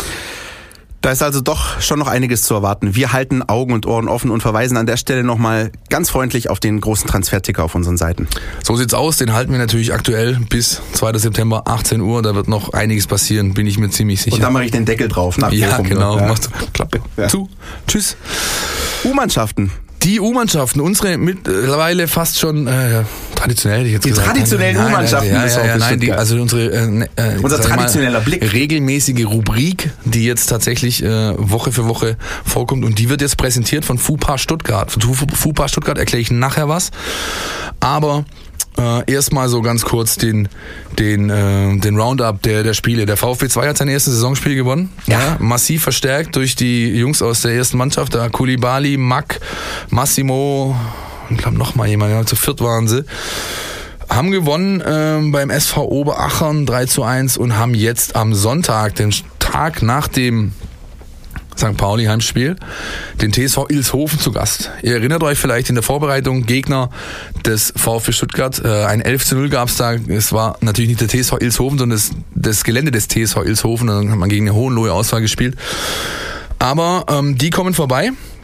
Da ist also doch schon noch einiges zu erwarten. Wir halten Augen und Ohren offen und verweisen an der Stelle nochmal ganz freundlich auf den großen Transferticker auf unseren Seiten. So sieht's aus, den halten wir natürlich aktuell bis 2. September 18 Uhr. Da wird noch einiges passieren, bin ich mir ziemlich sicher. Und dann mache ich den Deckel drauf. Ja, genau. Ja. Machst du Klappe zu. Tschüss. U-Mannschaften. Die U-Mannschaften, unsere mittlerweile fast schon traditionell, hätte ich jetzt gesagt. Die traditionellen U-Mannschaften. Unser traditioneller Blick. Regelmäßige Rubrik, die jetzt tatsächlich Woche für Woche vorkommt und die wird jetzt präsentiert von FUPA Stuttgart. Von FUPA Stuttgart erkläre ich nachher was. Aber erstmal so ganz kurz den Roundup der Spiele. Der VfB 2 hat sein erstes Saisonspiel gewonnen. Ja. Massiv verstärkt durch die Jungs aus der ersten Mannschaft. Da Koulibaly, Mack, Massimo, ich glaube noch mal jemand, zu 4 waren sie. Haben gewonnen beim SV Oberachern 3:1 und haben jetzt am Sonntag, den Tag nach dem St. Pauli Heimspiel, den TSV Ilshofen zu Gast. Ihr erinnert euch vielleicht in der Vorbereitung, Gegner des VfB Stuttgart, ein 11:0 gab es da. Es war natürlich nicht der TSV Ilshofen, sondern das Gelände des TSV Ilshofen. Dann hat man gegen eine Hohenlohe Auswahl gespielt. Aber die kommen vorbei.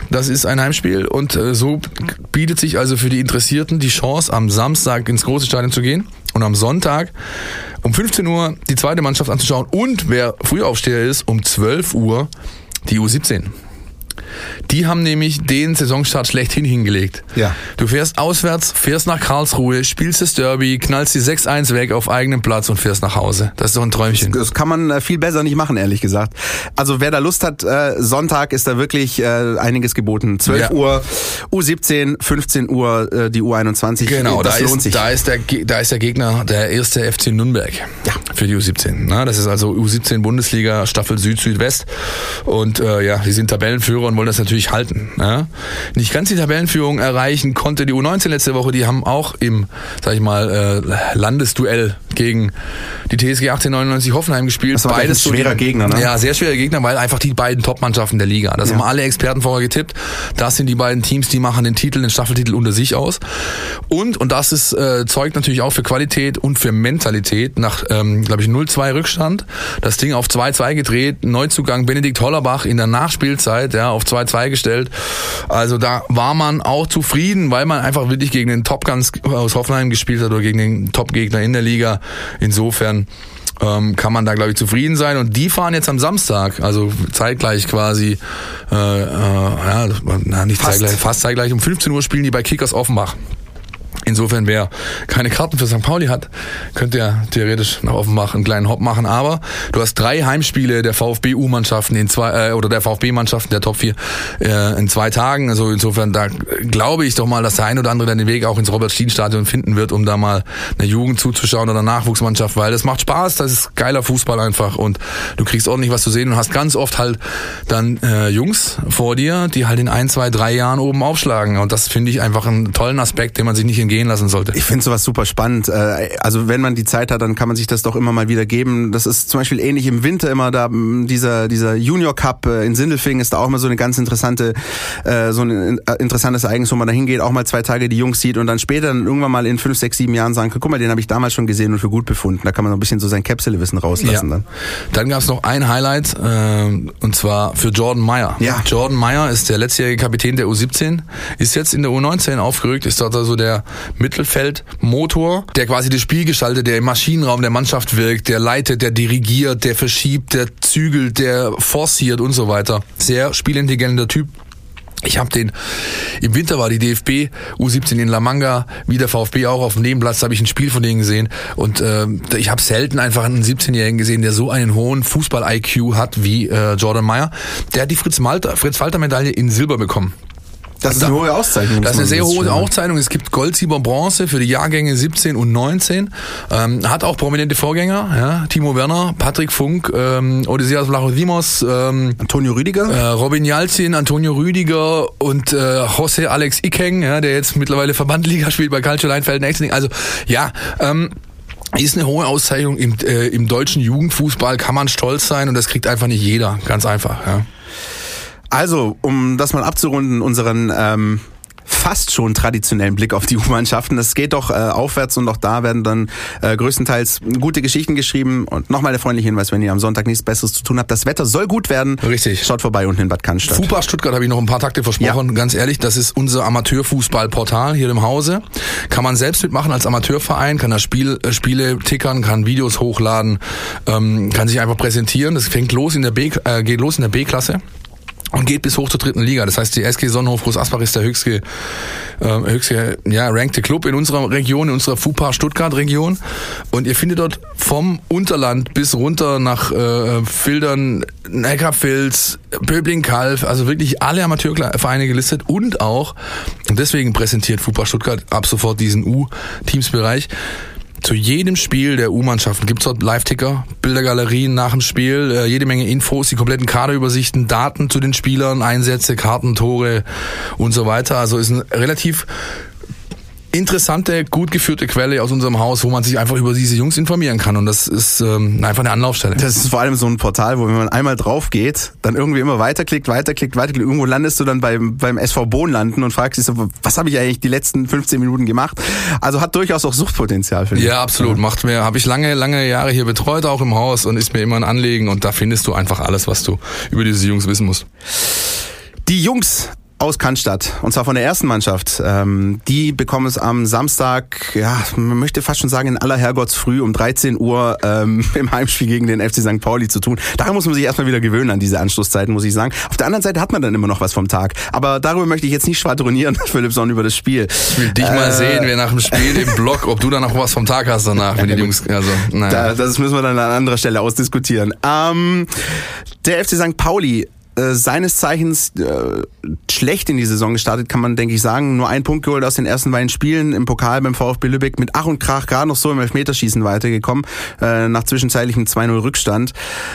das ist ein Heimspiel und so bietet sich also für die Interessierten die Chance, am Samstag ins große Stadion zu gehen und am Sonntag um 15 Uhr die zweite Mannschaft anzuschauen und wer Frühaufsteher ist, um 12 Uhr die U17. Die haben nämlich den Saisonstart schlechthin hingelegt. Ja. Du fährst auswärts, fährst nach Karlsruhe, spielst das Derby, knallst die 6-1 weg auf eigenem Platz und fährst nach Hause. Das ist doch ein Träumchen. Das kann man viel besser nicht machen, ehrlich gesagt. Also wer da Lust hat, Sonntag ist da wirklich einiges geboten. 12 Uhr, U17, 15 Uhr die U21. Genau, das lohnt sich. Da ist der Gegner der erste FC Nürnberg für die U17. Na, das ist also U17 Bundesliga, Staffel Süd-Südwest. Und die sind Tabellenführer und wollen das natürlich halten. Ja. Nicht ganz die Tabellenführung erreichen konnte die U19 letzte Woche. Die haben auch im, Landesduell gegen die TSG 1899 Hoffenheim gespielt. Das war beides ein schwerer Gegner, ne? Ja, sehr schwerer Gegner, weil einfach die beiden Top-Mannschaften der Liga. Das haben alle Experten vorher getippt. Das sind die beiden Teams, die machen den Staffeltitel unter sich aus. Und das ist zeugt natürlich auch für Qualität und für Mentalität. Nach, 0-2 Rückstand, das Ding auf 2-2 gedreht, Neuzugang Benedikt Hollerbach in der Nachspielzeit, auf 2-2 gestellt. Also da war man auch zufrieden, weil man einfach wirklich gegen den Top-Guns aus Hoffenheim gespielt hat oder gegen den Top-Gegner in der Liga. Insofern kann man da, glaube ich, zufrieden sein. Und die fahren jetzt am Samstag, also zeitgleich quasi, fast zeitgleich, um 15 Uhr spielen die bei Kickers Offenbach. Insofern, wer keine Karten für St. Pauli hat, könnte ja theoretisch nach Offenbach einen kleinen Hopp machen. Aber du hast 3 Heimspiele der VfB-U-Mannschaften oder der VfB-Mannschaften der Top 4 in 2 Tagen. Also insofern, da glaube ich doch mal, dass der ein oder andere dann den Weg auch ins Robert-Stien-Stadion finden wird, um da mal eine Jugend zuzuschauen oder Nachwuchsmannschaft, weil das macht Spaß, das ist geiler Fußball einfach und du kriegst ordentlich was zu sehen und hast ganz oft halt dann Jungs vor dir, die halt in 1, 2, 3 Jahren oben aufschlagen. Und das finde ich einfach einen tollen Aspekt, den man sich nicht entgehen lassen sollte. Ich finde sowas super spannend. Also wenn man die Zeit hat, dann kann man sich das doch immer mal wieder geben. Das ist zum Beispiel ähnlich im Winter immer da, dieser Junior Cup in Sindelfingen ist da auch mal so eine ganz interessante, so ein interessantes Ereignis, wo man da hingeht, auch mal 2 Tage die Jungs sieht und dann später dann irgendwann mal in 5, 6, 7 Jahren sagen kann, guck mal, den habe ich damals schon gesehen und für gut befunden. Da kann man noch ein bisschen so sein Käpselewissen rauslassen. Dann gab es noch ein Highlight, und zwar für Jordan Meyer. Ja. Jordan Meyer ist der letztjährige Kapitän der U17, ist jetzt in der U19 aufgerückt, ist dort also der Mittelfeldmotor, der quasi das Spiel gestaltet, der im Maschinenraum der Mannschaft wirkt, der leitet, der dirigiert, der verschiebt, der zügelt, der forciert und so weiter. Sehr spielintelligenter Typ. Ich habe den, im Winter war die DFB U17 in La Manga, wie der VfB auch auf dem Nebenplatz, da habe ich ein Spiel von denen gesehen und ich habe selten einfach einen 17-Jährigen gesehen, der so einen hohen Fußball-IQ hat wie Jordan Meyer. Der hat die Fritz-Walter-Medaille in Silber bekommen. Das ist eine hohe Auszeichnung. Das ist eine sehr hohe Auszeichnung. Es gibt Gold, Silber, Bronze für die Jahrgänge 17 und 19. Hat auch prominente Vorgänger. Ja? Timo Werner, Patrick Funk, Odysseas Vlachodimos, Antonio Rüdiger, Robin Jalzin, Antonio Rüdiger und José Alex Ikeng, der jetzt mittlerweile Verbandliga spielt bei Calcio Leinfelden-Exeling. Also ist eine hohe Auszeichnung im deutschen Jugendfußball, kann man stolz sein und das kriegt einfach nicht jeder. Ganz einfach. Ja. Also, um das mal abzurunden, unseren fast schon traditionellen Blick auf die U-Mannschaften. Das geht doch aufwärts und auch da werden dann größtenteils gute Geschichten geschrieben. Und nochmal der freundliche Hinweis, wenn ihr am Sonntag nichts Besseres zu tun habt, das Wetter soll gut werden. Richtig. Schaut vorbei unten in Bad Cannstatt. FUPA Stuttgart habe ich noch ein paar Takte versprochen. Ja. Ganz ehrlich, das ist unser Amateurfußballportal hier im Hause. Kann man selbst mitmachen als Amateurverein, kann da Spiele tickern, kann Videos hochladen, kann sich einfach präsentieren. Das geht los in der B-Klasse. Und geht bis hoch zur 3. Liga. Das heißt, die SG Sonnenhof Groß Asbach ist der höchste rankte Club in unserer Region, in unserer FUPA Stuttgart-Region. Und ihr findet dort vom Unterland bis runter nach Fildern, Neckarpfalz, Böbling-Kalf, also wirklich alle Amateurvereine gelistet und auch, und deswegen präsentiert FUPA Stuttgart ab sofort diesen U-Teams-Bereich. Zu jedem Spiel der U-Mannschaften gibt's dort Live-Ticker, Bildergalerien nach dem Spiel, jede Menge Infos, die kompletten Kaderübersichten, Daten zu den Spielern, Einsätze, Karten, Tore und so weiter. Also ist ein relativ interessante, gut geführte Quelle aus unserem Haus, wo man sich einfach über diese Jungs informieren kann und das ist einfach eine Anlaufstelle. Das ist vor allem so ein Portal, wo wenn man einmal drauf geht, dann irgendwie immer weiterklickt, irgendwo landest du dann beim SV Bohn landen und fragst dich so, was habe ich eigentlich die letzten 15 Minuten gemacht? Also hat durchaus auch Suchtpotenzial, finde ich. Ja, absolut. Habe ich lange Jahre hier betreut, auch im Haus und ist mir immer ein Anliegen und da findest du einfach alles, was du über diese Jungs wissen musst. Die Jungs aus Cannstatt, und zwar von der ersten Mannschaft. Die bekommen es am Samstag, ja, man möchte fast schon sagen, in aller Herrgottsfrüh um 13 Uhr im Heimspiel gegen den FC St. Pauli zu tun. Daran muss man sich erstmal wieder gewöhnen an diese Anschlusszeiten, muss ich sagen. Auf der anderen Seite hat man dann immer noch was vom Tag. Aber darüber möchte ich jetzt nicht schwadronieren, Philippson, über das Spiel. Ich will dich mal sehen, wer nach dem Spiel im Blog, ob du da noch was vom Tag hast danach, wenn die Jungs, also, naja. Das müssen wir dann an anderer Stelle ausdiskutieren. Der FC St. Pauli, seines Zeichens schlecht in die Saison gestartet, kann man, denke ich, sagen. Nur 1 Punkt geholt aus den ersten beiden Spielen im Pokal beim VfB Lübeck, mit Ach und Krach gerade noch so im Elfmeterschießen weitergekommen, nach zwischenzeitlichem 2-0 Rückstand.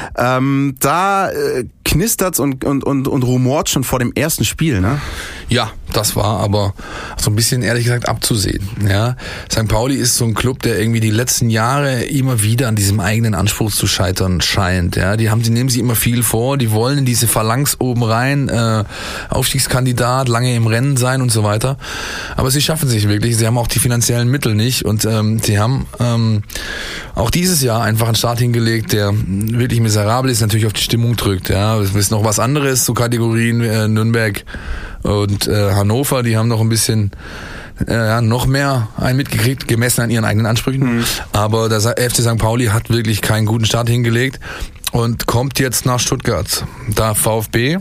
Da knistert's und rumort schon vor dem ersten Spiel, ne? Ja, das war aber so ein bisschen, ehrlich gesagt, abzusehen. Ja, St. Pauli ist so ein Club, der irgendwie die letzten Jahre immer wieder an diesem eigenen Anspruch zu scheitern scheint. Ja, die nehmen sich immer viel vor, die wollen in diese Phalanx oben rein, Aufstiegskandidat, lange im Rennen sein und so weiter. Aber sie schaffen sich wirklich. Sie haben auch die finanziellen Mittel nicht, und sie haben auch dieses Jahr einfach einen Start hingelegt, der wirklich miserabel ist, natürlich auf die Stimmung drückt. Ja, es ist noch was anderes zu Kategorien Nürnberg und Hannover, die haben noch ein bisschen noch mehr einen mitgekriegt, gemessen an ihren eigenen Ansprüchen. Mhm. Aber der FC St. Pauli hat wirklich keinen guten Start hingelegt und kommt jetzt nach Stuttgart. Der VfB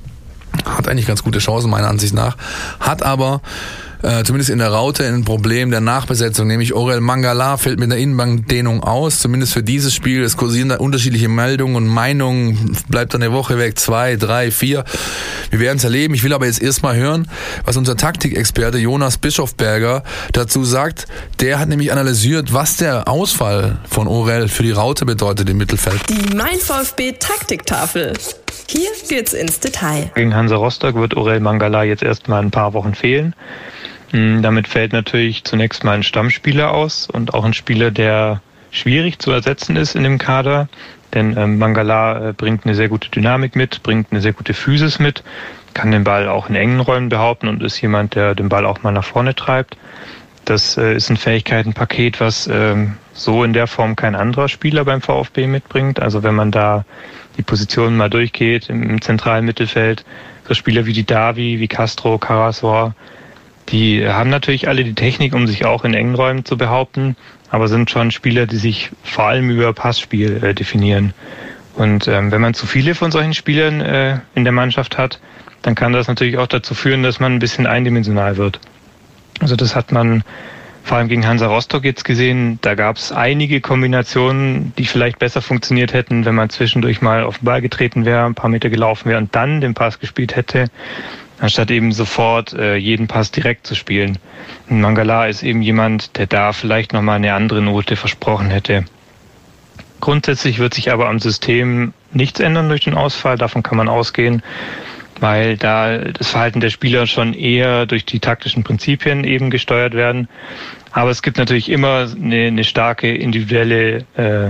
hat eigentlich ganz gute Chancen, meiner Ansicht nach, hat aber zumindest in der Raute ein Problem der Nachbesetzung, nämlich Orel Mangala fällt mit einer Innenbankdehnung aus, zumindest für dieses Spiel. Es kursieren da unterschiedliche Meldungen und Meinungen, bleibt dann eine Woche weg, 2, 3, 4. Wir werden es erleben. Ich will aber jetzt erstmal hören, was unser Taktikexperte Jonas Bischofberger dazu sagt. Der hat nämlich analysiert, was der Ausfall von Orel für die Raute bedeutet im Mittelfeld. Die Mein VfB Taktiktafel. Hier geht's ins Detail. Gegen Hansa Rostock wird Orel Mangala jetzt erstmal ein paar Wochen fehlen. Damit fällt natürlich zunächst mal ein Stammspieler aus und auch ein Spieler, der schwierig zu ersetzen ist in dem Kader. Denn Mangala bringt eine sehr gute Dynamik mit, bringt eine sehr gute Physis mit, kann den Ball auch in engen Räumen behaupten und ist jemand, der den Ball auch mal nach vorne treibt. Das ist ein Fähigkeitenpaket, was so in der Form kein anderer Spieler beim VfB mitbringt. Also wenn man da die Positionen mal durchgeht im zentralen Mittelfeld, so Spieler wie die Davi, wie Castro, Karasor, die haben natürlich alle die Technik, um sich auch in engen Räumen zu behaupten, aber sind schon Spieler, die sich vor allem über Passspiel definieren. Und wenn man zu viele von solchen Spielern in der Mannschaft hat, dann kann das natürlich auch dazu führen, dass man ein bisschen eindimensional wird. Also das hat man vor allem gegen Hansa Rostock jetzt gesehen. Da gab es einige Kombinationen, die vielleicht besser funktioniert hätten, wenn man zwischendurch mal auf den Ball getreten wäre, ein paar Meter gelaufen wäre und dann den Pass gespielt hätte, anstatt eben sofort jeden Pass direkt zu spielen. Und Mangala ist eben jemand, der da vielleicht nochmal eine andere Note versprochen hätte. Grundsätzlich wird sich aber am System nichts ändern durch den Ausfall, davon kann man ausgehen, weil da das Verhalten der Spieler schon eher durch die taktischen Prinzipien eben gesteuert werden. Aber es gibt natürlich immer eine starke individuelle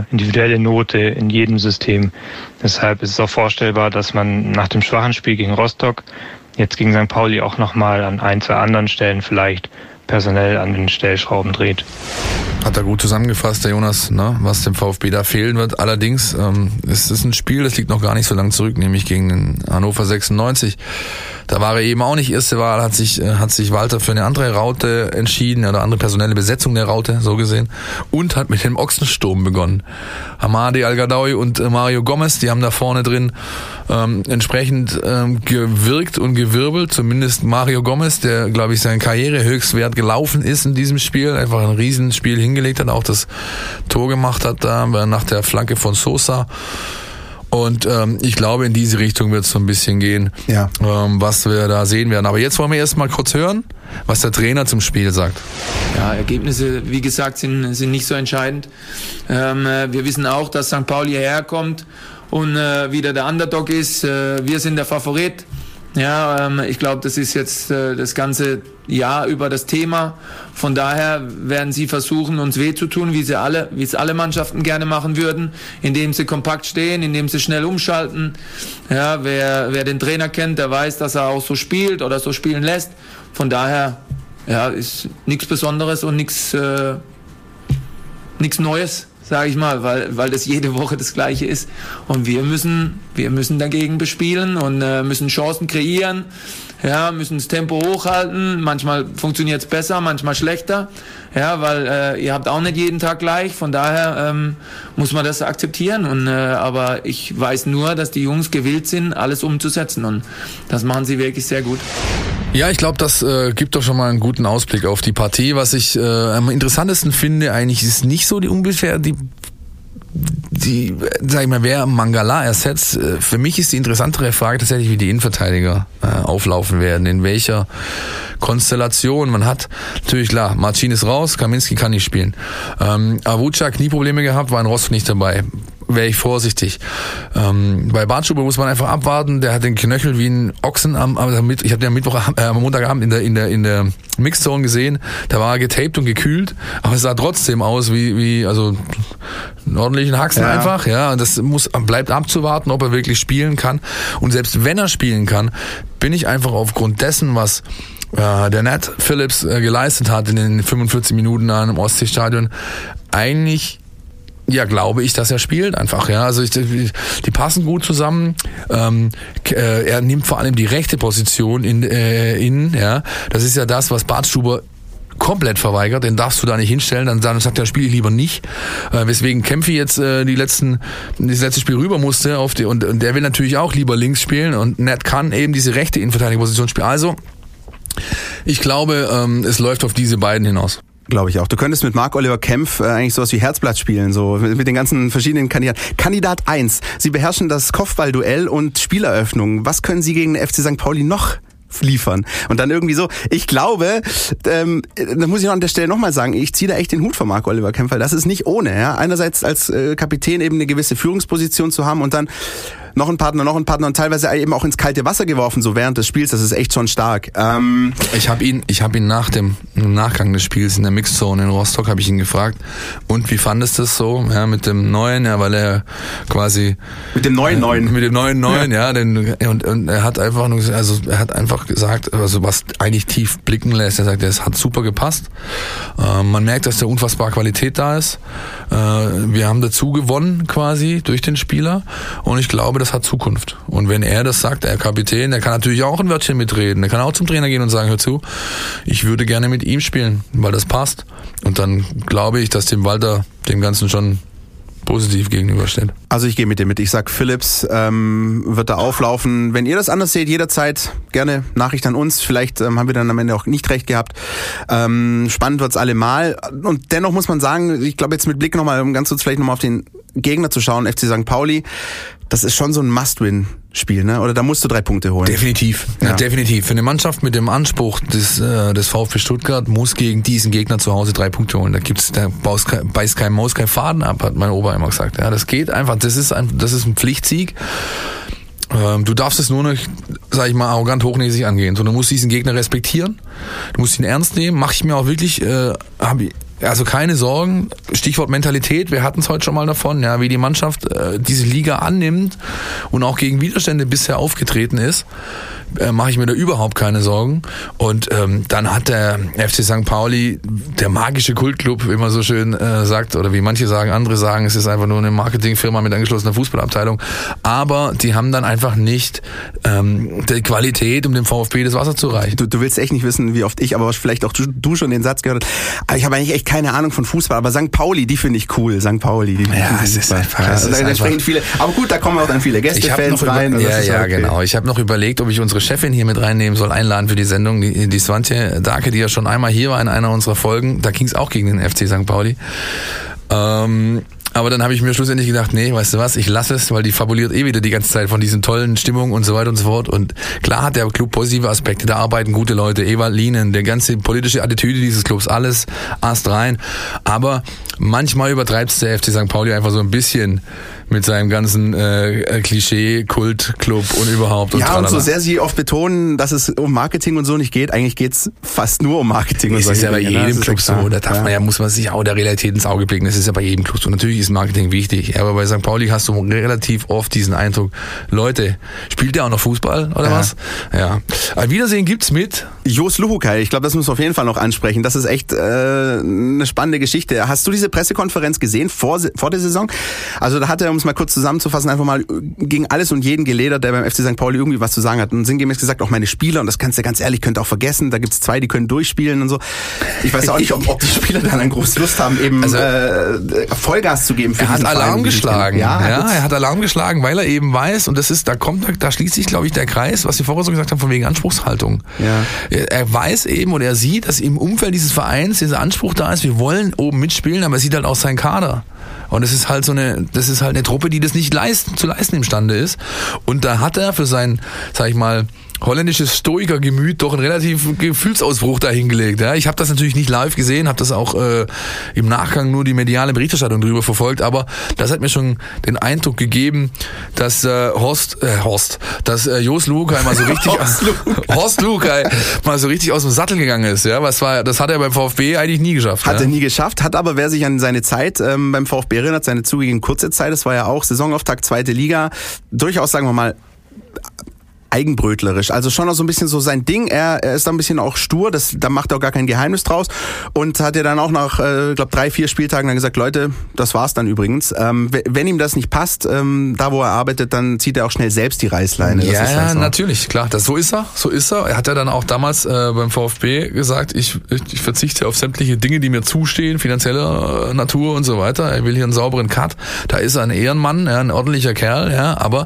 Note in jedem System. Deshalb ist es auch vorstellbar, dass man nach dem schwachen Spiel gegen Rostock jetzt gegen St. Pauli auch nochmal an 1, 2 anderen Stellen vielleicht personell an den Stellschrauben dreht. Hat er gut zusammengefasst, der Jonas, ne, was dem VfB da fehlen wird. Allerdings, es ist ein Spiel, das liegt noch gar nicht so lange zurück, nämlich gegen den Hannover 96. Da war er eben auch nicht erste Wahl, hat sich Walter für eine andere Raute entschieden, oder andere personelle Besetzung der Raute, so gesehen, und hat mit dem Ochsensturm begonnen. Hamadi Al-Gadawi und Mario Gomez, die haben da vorne drin entsprechend gewirkt und gewirbelt, zumindest Mario Gomez, der, glaube ich, seinen Karrierehöchstwert gelaufen ist in diesem Spiel, einfach ein Riesenspiel hingelegt hat, auch das Tor gemacht hat da nach der Flanke von Sosa. Und ich glaube, in diese Richtung wird es so ein bisschen gehen, ja. Was wir da sehen werden. Aber jetzt wollen wir erst mal kurz hören, was der Trainer zum Spiel sagt. Ja, Ergebnisse, wie gesagt, sind nicht so entscheidend. Wir wissen auch, dass St. Pauli hierher kommt und wieder der Underdog ist. Wir sind der Favorit. Ja, ich glaube, das ist jetzt das ganze Jahr über das Thema. Von daher werden sie versuchen, uns weh zu tun, wie es alle Mannschaften gerne machen würden, indem sie kompakt stehen, indem sie schnell umschalten. Ja, wer den Trainer kennt, der weiß, dass er auch so spielt oder so spielen lässt. Von daher, ja, ist nichts Besonderes und nichts Neues. sage ich mal, weil das jede Woche das Gleiche ist. Und wir müssen dagegen bespielen und müssen Chancen kreieren, ja, müssen das Tempo hochhalten. Manchmal funktioniert es besser, manchmal schlechter, ja, weil ihr habt auch nicht jeden Tag gleich. Von daher muss man das akzeptieren. Und aber ich weiß nur, dass die Jungs gewillt sind, alles umzusetzen, und das machen sie wirklich sehr gut. Ja, ich glaube, das gibt doch schon mal einen guten Ausblick auf die Partie. Was ich am interessantesten finde, eigentlich ist nicht so die, sag ich mal, wer Mangala ersetzt. Für mich ist die interessantere Frage tatsächlich, wie die Innenverteidiger auflaufen werden, in welcher Konstellation. Man hat natürlich, klar, Marcin ist raus, Kaminski kann nicht spielen. Avuca, Knieprobleme gehabt, war in Rostock nicht dabei. Wäre ich vorsichtig. Bei Bartschuber muss man einfach abwarten. Der hat den Knöchel wie ein Ochsen ich habe den am Montagabend in der Mixzone gesehen. Da war er getaped und gekühlt, aber es sah trotzdem aus wie also einen ordentlichen Haxen einfach. Ja, das bleibt abzuwarten, ob er wirklich spielen kann. Und selbst wenn er spielen kann, bin ich einfach aufgrund dessen, was der Nat Phillips geleistet hat in den 45 Minuten an dem Ostseestadion, eigentlich glaube ich, dass er spielt einfach, ja. Also die passen gut zusammen. Er nimmt vor allem die rechte Position innen, ja. Das ist ja das, was Bartstuber komplett verweigert, den darfst du da nicht hinstellen, dann sagt er, spiele ich lieber nicht. Weswegen Kempfi jetzt das letzte Spiel rüber musste und der will natürlich auch lieber links spielen, und Nat kann eben diese rechte Innenverteidigungsposition spielen. Also ich glaube, es läuft auf diese beiden hinaus. Glaube ich auch. Du könntest mit Marc-Oliver Kempf eigentlich sowas wie Herzblatt spielen, so mit den ganzen verschiedenen Kandidaten. Kandidat 1, Sie beherrschen das Kopfballduell und Spieleröffnung. Was können Sie gegen den FC St. Pauli noch liefern? Und dann irgendwie so, ich glaube, da muss ich noch an der Stelle nochmal sagen, ich ziehe da echt den Hut vor Marc-Oliver Kempf, weil das ist nicht ohne. Ja? Einerseits als Kapitän eben eine gewisse Führungsposition zu haben und dann noch ein Partner und teilweise eben auch ins kalte Wasser geworfen, so während des Spiels. Das ist echt schon stark. Ich habe ihn im Nachgang des Spiels in der Mixzone in Rostock habe ich ihn gefragt, und wie fandest du das so, ja, mit dem Neuen, ja, weil er quasi mit dem neuen ja, und er hat einfach gesagt, also was eigentlich tief blicken lässt. Er sagt, es hat super gepasst. Man merkt, dass da unfassbar Qualität da ist. Wir haben dazu gewonnen quasi durch den Spieler, und ich glaube, das hat Zukunft. Und wenn er das sagt, der Kapitän, der kann natürlich auch ein Wörtchen mitreden. Der kann auch zum Trainer gehen und sagen, hör zu, ich würde gerne mit ihm spielen, weil das passt. Und dann glaube ich, dass dem Walter dem Ganzen schon positiv gegenübersteht. Also ich gehe mit dir mit. Ich sag, Phillips wird da auflaufen. Wenn ihr das anders seht, jederzeit gerne Nachricht an uns. Vielleicht haben wir dann am Ende auch nicht recht gehabt. Spannend wird's allemal. Und dennoch muss man sagen, ich glaube jetzt mit Blick nochmal, um ganz kurz vielleicht nochmal auf den Gegner zu schauen, FC St. Pauli, das ist schon so ein Must-Win-Spiel, ne? Oder da musst du 3 Punkte holen. Definitiv, ja, definitiv. Für eine Mannschaft mit dem Anspruch des VfB Stuttgart muss gegen diesen Gegner zu Hause 3 Punkte holen. Da beißt kein Maus kein Faden ab, hat mein Opa immer gesagt. Ja, das geht einfach. Das ist ein Pflichtsieg. Du darfst es nur nicht, sag ich mal, arrogant hochnäsig angehen, sondern du musst diesen Gegner respektieren. Du musst ihn ernst nehmen. Mache ich mir auch wirklich, also keine Sorgen, Stichwort Mentalität, wir hatten es heute schon mal davon, ja, wie die Mannschaft diese Liga annimmt und auch gegen Widerstände bisher aufgetreten ist, mache ich mir da überhaupt keine Sorgen. Und dann hat der FC St. Pauli, der magische Kultclub, wie man so schön sagt, oder wie manche sagen, andere sagen, es ist einfach nur eine Marketingfirma mit angeschlossener Fußballabteilung, aber die haben dann einfach nicht die Qualität, um dem VfB das Wasser zu reichen. Du willst echt nicht wissen, wie oft ich, aber vielleicht auch du schon den Satz gehört hast, aber ich habe eigentlich echt keine Ahnung von Fußball, aber St. Pauli, die finde ich cool. St. Pauli, die es ist einfach viele. Aber gut, da kommen auch dann viele Gästefans rein. Ja, genau. Ich habe noch überlegt, ob ich unsere Chefin hier mit reinnehmen soll, einladen für die Sendung, die Swantje Darke, die ja schon einmal hier war in einer unserer Folgen. Da ging es auch gegen den FC St. Pauli. Aber dann habe ich mir schlussendlich gedacht, nee, weißt du was, ich lasse es, weil die fabuliert wieder die ganze Zeit von diesen tollen Stimmungen und so weiter und so fort. Und klar hat der Club positive Aspekte, da arbeiten gute Leute, Ewald Lienen, der ganze politische Attitüde dieses Clubs, alles Ast rein. Aber manchmal übertreibt es der FC St. Pauli einfach so ein bisschen mit seinem ganzen Klischee-Kult-Club und überhaupt. Ja, und so sehr sie oft betonen, dass es um Marketing und so nicht geht, eigentlich geht's fast nur um Marketing. Es ist ja bei jedem Club so, da muss man sich auch der Realität ins Auge blicken, das ist ja bei jedem Club so. Natürlich ist Marketing wichtig, aber bei St. Pauli hast du relativ oft diesen Eindruck, Leute, spielt der auch noch Fußball oder was? Ja. Ein Wiedersehen gibt's mit Jos Luhukay. Ich glaube, das müssen wir auf jeden Fall noch ansprechen. Das ist echt eine spannende Geschichte. Hast du diese Pressekonferenz gesehen vor der Saison? Also da hat er, um es mal kurz zusammenzufassen, einfach mal gegen alles und jeden geledert, der beim FC St. Pauli irgendwie was zu sagen hat. Und sinngemäß gesagt, auch meine Spieler, und das kannst du ganz ehrlich, könnt auch vergessen, da gibt's 2, die können durchspielen und so. Ich weiß auch nicht, ob die Spieler dann eine große Lust haben, eben Vollgas zu geben für diesen Verein. Er hat Alarm geschlagen. Ja, er hat Alarm geschlagen, weil er eben weiß, und da schließt sich, glaube ich, der Kreis, was wir vorher so gesagt haben, von wegen Anspruchshaltung. Ja. Er weiß eben, oder er sieht, dass im Umfeld dieses Vereins dieser Anspruch da ist, wir wollen oben mitspielen, aber er sieht halt auch seinen Kader. Und es ist halt eine Truppe, die das nicht zu leisten imstande ist. Und da hat er für sein, sag ich mal, holländisches Stoiker-Gemüt doch einen relativ Gefühlsausbruch dahingelegt. Ja, ich habe das natürlich nicht live gesehen, habe das auch im Nachgang nur die mediale Berichterstattung drüber verfolgt, aber das hat mir schon den Eindruck gegeben, dass Jos Luhukay mal so richtig Horst Luhukay mal so richtig aus dem Sattel gegangen ist. Ja, das hat er beim VfB eigentlich nie geschafft. Hat er nie geschafft, hat aber, wer sich an seine Zeit beim VfB erinnert, seine zugegeben kurze Zeit, das war ja auch Saisonauftakt, 2. Liga, durchaus, sagen wir mal, eigenbrötlerisch, also schon noch so ein bisschen so sein Ding, er ist da ein bisschen auch stur, da macht er auch gar kein Geheimnis draus und hat ja dann auch nach, 3-4 Spieltagen dann gesagt, Leute, das war's dann übrigens. Wenn ihm das nicht passt, da wo er arbeitet, dann zieht er auch schnell selbst die Reißleine. Ja, das ist natürlich, klar, so ist er. Er hat ja dann auch damals beim VfB gesagt, ich verzichte auf sämtliche Dinge, die mir zustehen, finanzieller Natur und so weiter. Er will hier einen sauberen Cut. Da ist er ein Ehrenmann, ein ordentlicher Kerl, ja, aber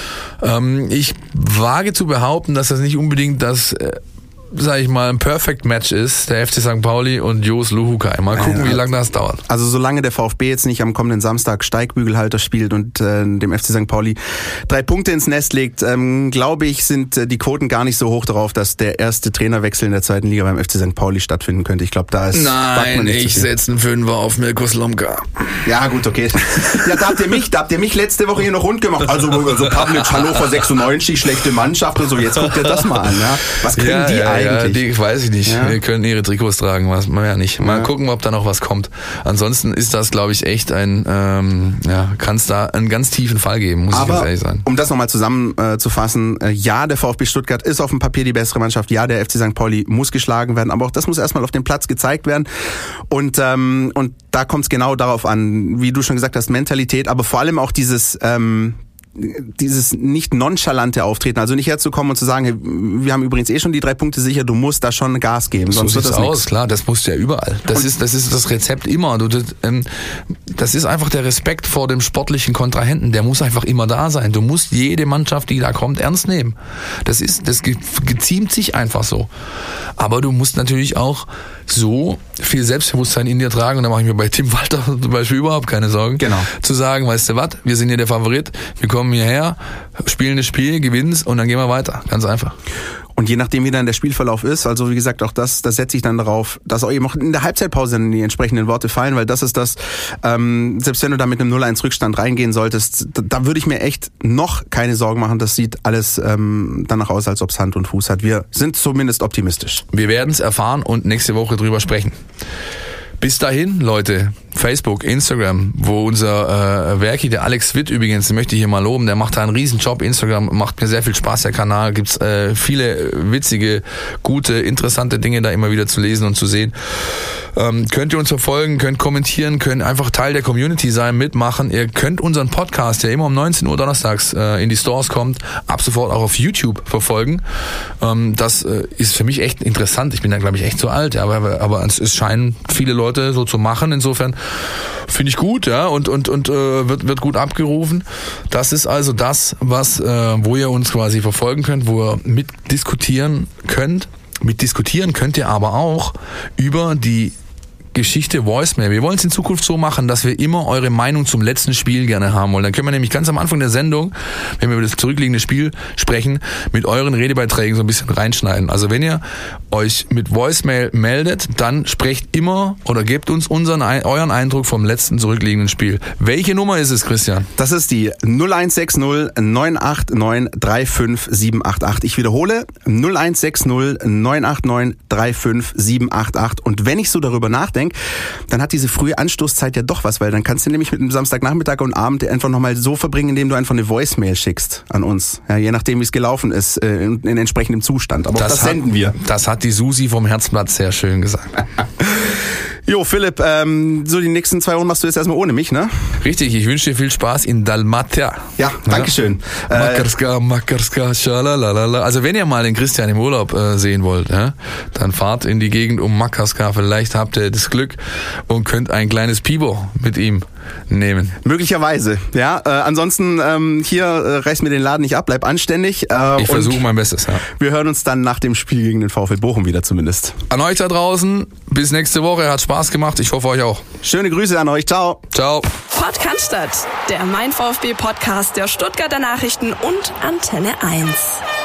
ich wage zu behaupten, dass das nicht unbedingt das, sag ich mal, ein Perfect Match ist, der FC St. Pauli und Jos Luhukay. Mal gucken, wie lange das dauert. Also solange der VfB jetzt nicht am kommenden Samstag Steigbügelhalter spielt und dem FC St. Pauli 3 Punkte ins Nest legt, glaube ich, sind die Quoten gar nicht so hoch darauf, dass der erste Trainerwechsel in der 2. Liga beim FC St. Pauli stattfinden könnte. Ich glaube, da ist... Nein, ich setze einen 5er auf Mirko Slomka. Ja, gut, okay. Ja, da habt ihr mich letzte Woche hier noch rund gemacht. Also Pavlic, Hannover 96, schlechte Mannschaft und so. Jetzt guckt ihr das mal an. Ja? Was können die eigentlich? Ja, die weiß ich nicht. Ja. Wir können ihre Trikots tragen, was man ja nicht. Mal gucken, ob da noch was kommt. Ansonsten ist das, glaube ich, echt kann es da einen ganz tiefen Fall geben, muss ich ganz ehrlich sagen. Um das nochmal zusammenzufassen, ja, der VfB Stuttgart ist auf dem Papier die bessere Mannschaft. Ja, der FC St. Pauli muss geschlagen werden, aber auch das muss erstmal auf dem Platz gezeigt werden. Und da kommt es genau darauf an, wie du schon gesagt hast, Mentalität, aber vor allem auch dieses nicht nonchalante Auftreten, also nicht herzukommen und zu sagen, hey, wir haben übrigens schon die 3 Punkte sicher, du musst da schon Gas geben. Sonst wird das aus, klar, das musst du ja überall. Das ist das Rezept immer. Das ist einfach der Respekt vor dem sportlichen Kontrahenten, der muss einfach immer da sein. Du musst jede Mannschaft, die da kommt, ernst nehmen. Das geziemt sich einfach so. Aber du musst natürlich auch so viel Selbstbewusstsein in dir tragen, und da mache ich mir bei Tim Walter zum Beispiel überhaupt keine Sorgen, genau. Zu sagen, weißt du was, wir sind hier der Favorit, wir kommen hierher, spielen das Spiel, gewinnen es und dann gehen wir weiter. Ganz einfach. Und je nachdem, wie dann der Spielverlauf ist, also wie gesagt, auch das setze ich dann darauf, dass auch eben auch in der Halbzeitpause dann die entsprechenden Worte fallen, weil das ist das, selbst wenn du da mit einem 0-1 Rückstand reingehen solltest, da würde ich mir echt noch keine Sorgen machen. Das sieht alles danach aus, als ob es Hand und Fuß hat. Wir sind zumindest optimistisch. Wir werden es erfahren und nächste Woche drüber sprechen. Bis dahin, Leute, Facebook, Instagram, wo unser Werki, der Alex Witt übrigens, den möchte ich hier mal loben, der macht da einen riesen Job. Instagram macht mir sehr viel Spaß, der Kanal, gibt's viele witzige, gute, interessante Dinge da immer wieder zu lesen und zu sehen. Könnt ihr uns verfolgen, könnt kommentieren, könnt einfach Teil der Community sein, mitmachen. Ihr könnt unseren Podcast, der immer um 19 Uhr donnerstags in die Stores kommt, ab sofort auch auf YouTube verfolgen. Das ist für mich echt interessant. Ich bin da, glaube ich, echt zu alt, aber es scheinen viele Leute so zu machen. Insofern finde ich gut, ja, und wird gut abgerufen. Das ist also das, wo ihr uns quasi verfolgen könnt, wo ihr mitdiskutieren könnt. Mitdiskutieren könnt ihr aber auch über die Geschichte Voicemail. Wir wollen es in Zukunft so machen, dass wir immer eure Meinung zum letzten Spiel gerne haben wollen. Dann können wir nämlich ganz am Anfang der Sendung, wenn wir über das zurückliegende Spiel sprechen, mit euren Redebeiträgen so ein bisschen reinschneiden. Also wenn ihr euch mit Voicemail meldet, dann sprecht immer oder gebt uns euren Eindruck vom letzten zurückliegenden Spiel. Welche Nummer ist es, Christian? Das ist die 0160 989 35788. Ich wiederhole, 0160 989 35788. Und wenn ich so darüber nachdenke, Getränk, dann hat diese frühe Anstoßzeit ja doch was, weil dann kannst du nämlich mit dem Samstagnachmittag und Abend einfach nochmal so verbringen, indem du einfach eine Voicemail schickst an uns. Ja, je nachdem, wie es gelaufen ist, in entsprechendem Zustand. Aber das senden wir. Das hat die Susi vom Herzblatt sehr schön gesagt. Jo, Philipp, so die nächsten 2 Wochen machst du jetzt erstmal ohne mich, ne? Richtig, ich wünsche dir viel Spaß in Dalmatia. Ja, dankeschön. Makarska, schalalala. Also wenn ihr mal den Christian im Urlaub sehen wollt, dann fahrt in die Gegend um Makarska. Vielleicht habt ihr das Glück und könnt ein kleines Pivo mit ihm nehmen. Möglicherweise, ja. Ansonsten hier reiß mir den Laden nicht ab, bleib anständig. Ich versuche mein Bestes, ja. Wir hören uns dann nach dem Spiel gegen den VfL Bochum wieder zumindest. An euch da draußen, bis nächste Woche. Hat Spaß gemacht, ich hoffe euch auch. Schöne Grüße an euch, ciao. Ciao. Podcast, der Mein VfB Podcast der Stuttgarter Nachrichten und Antenne 1.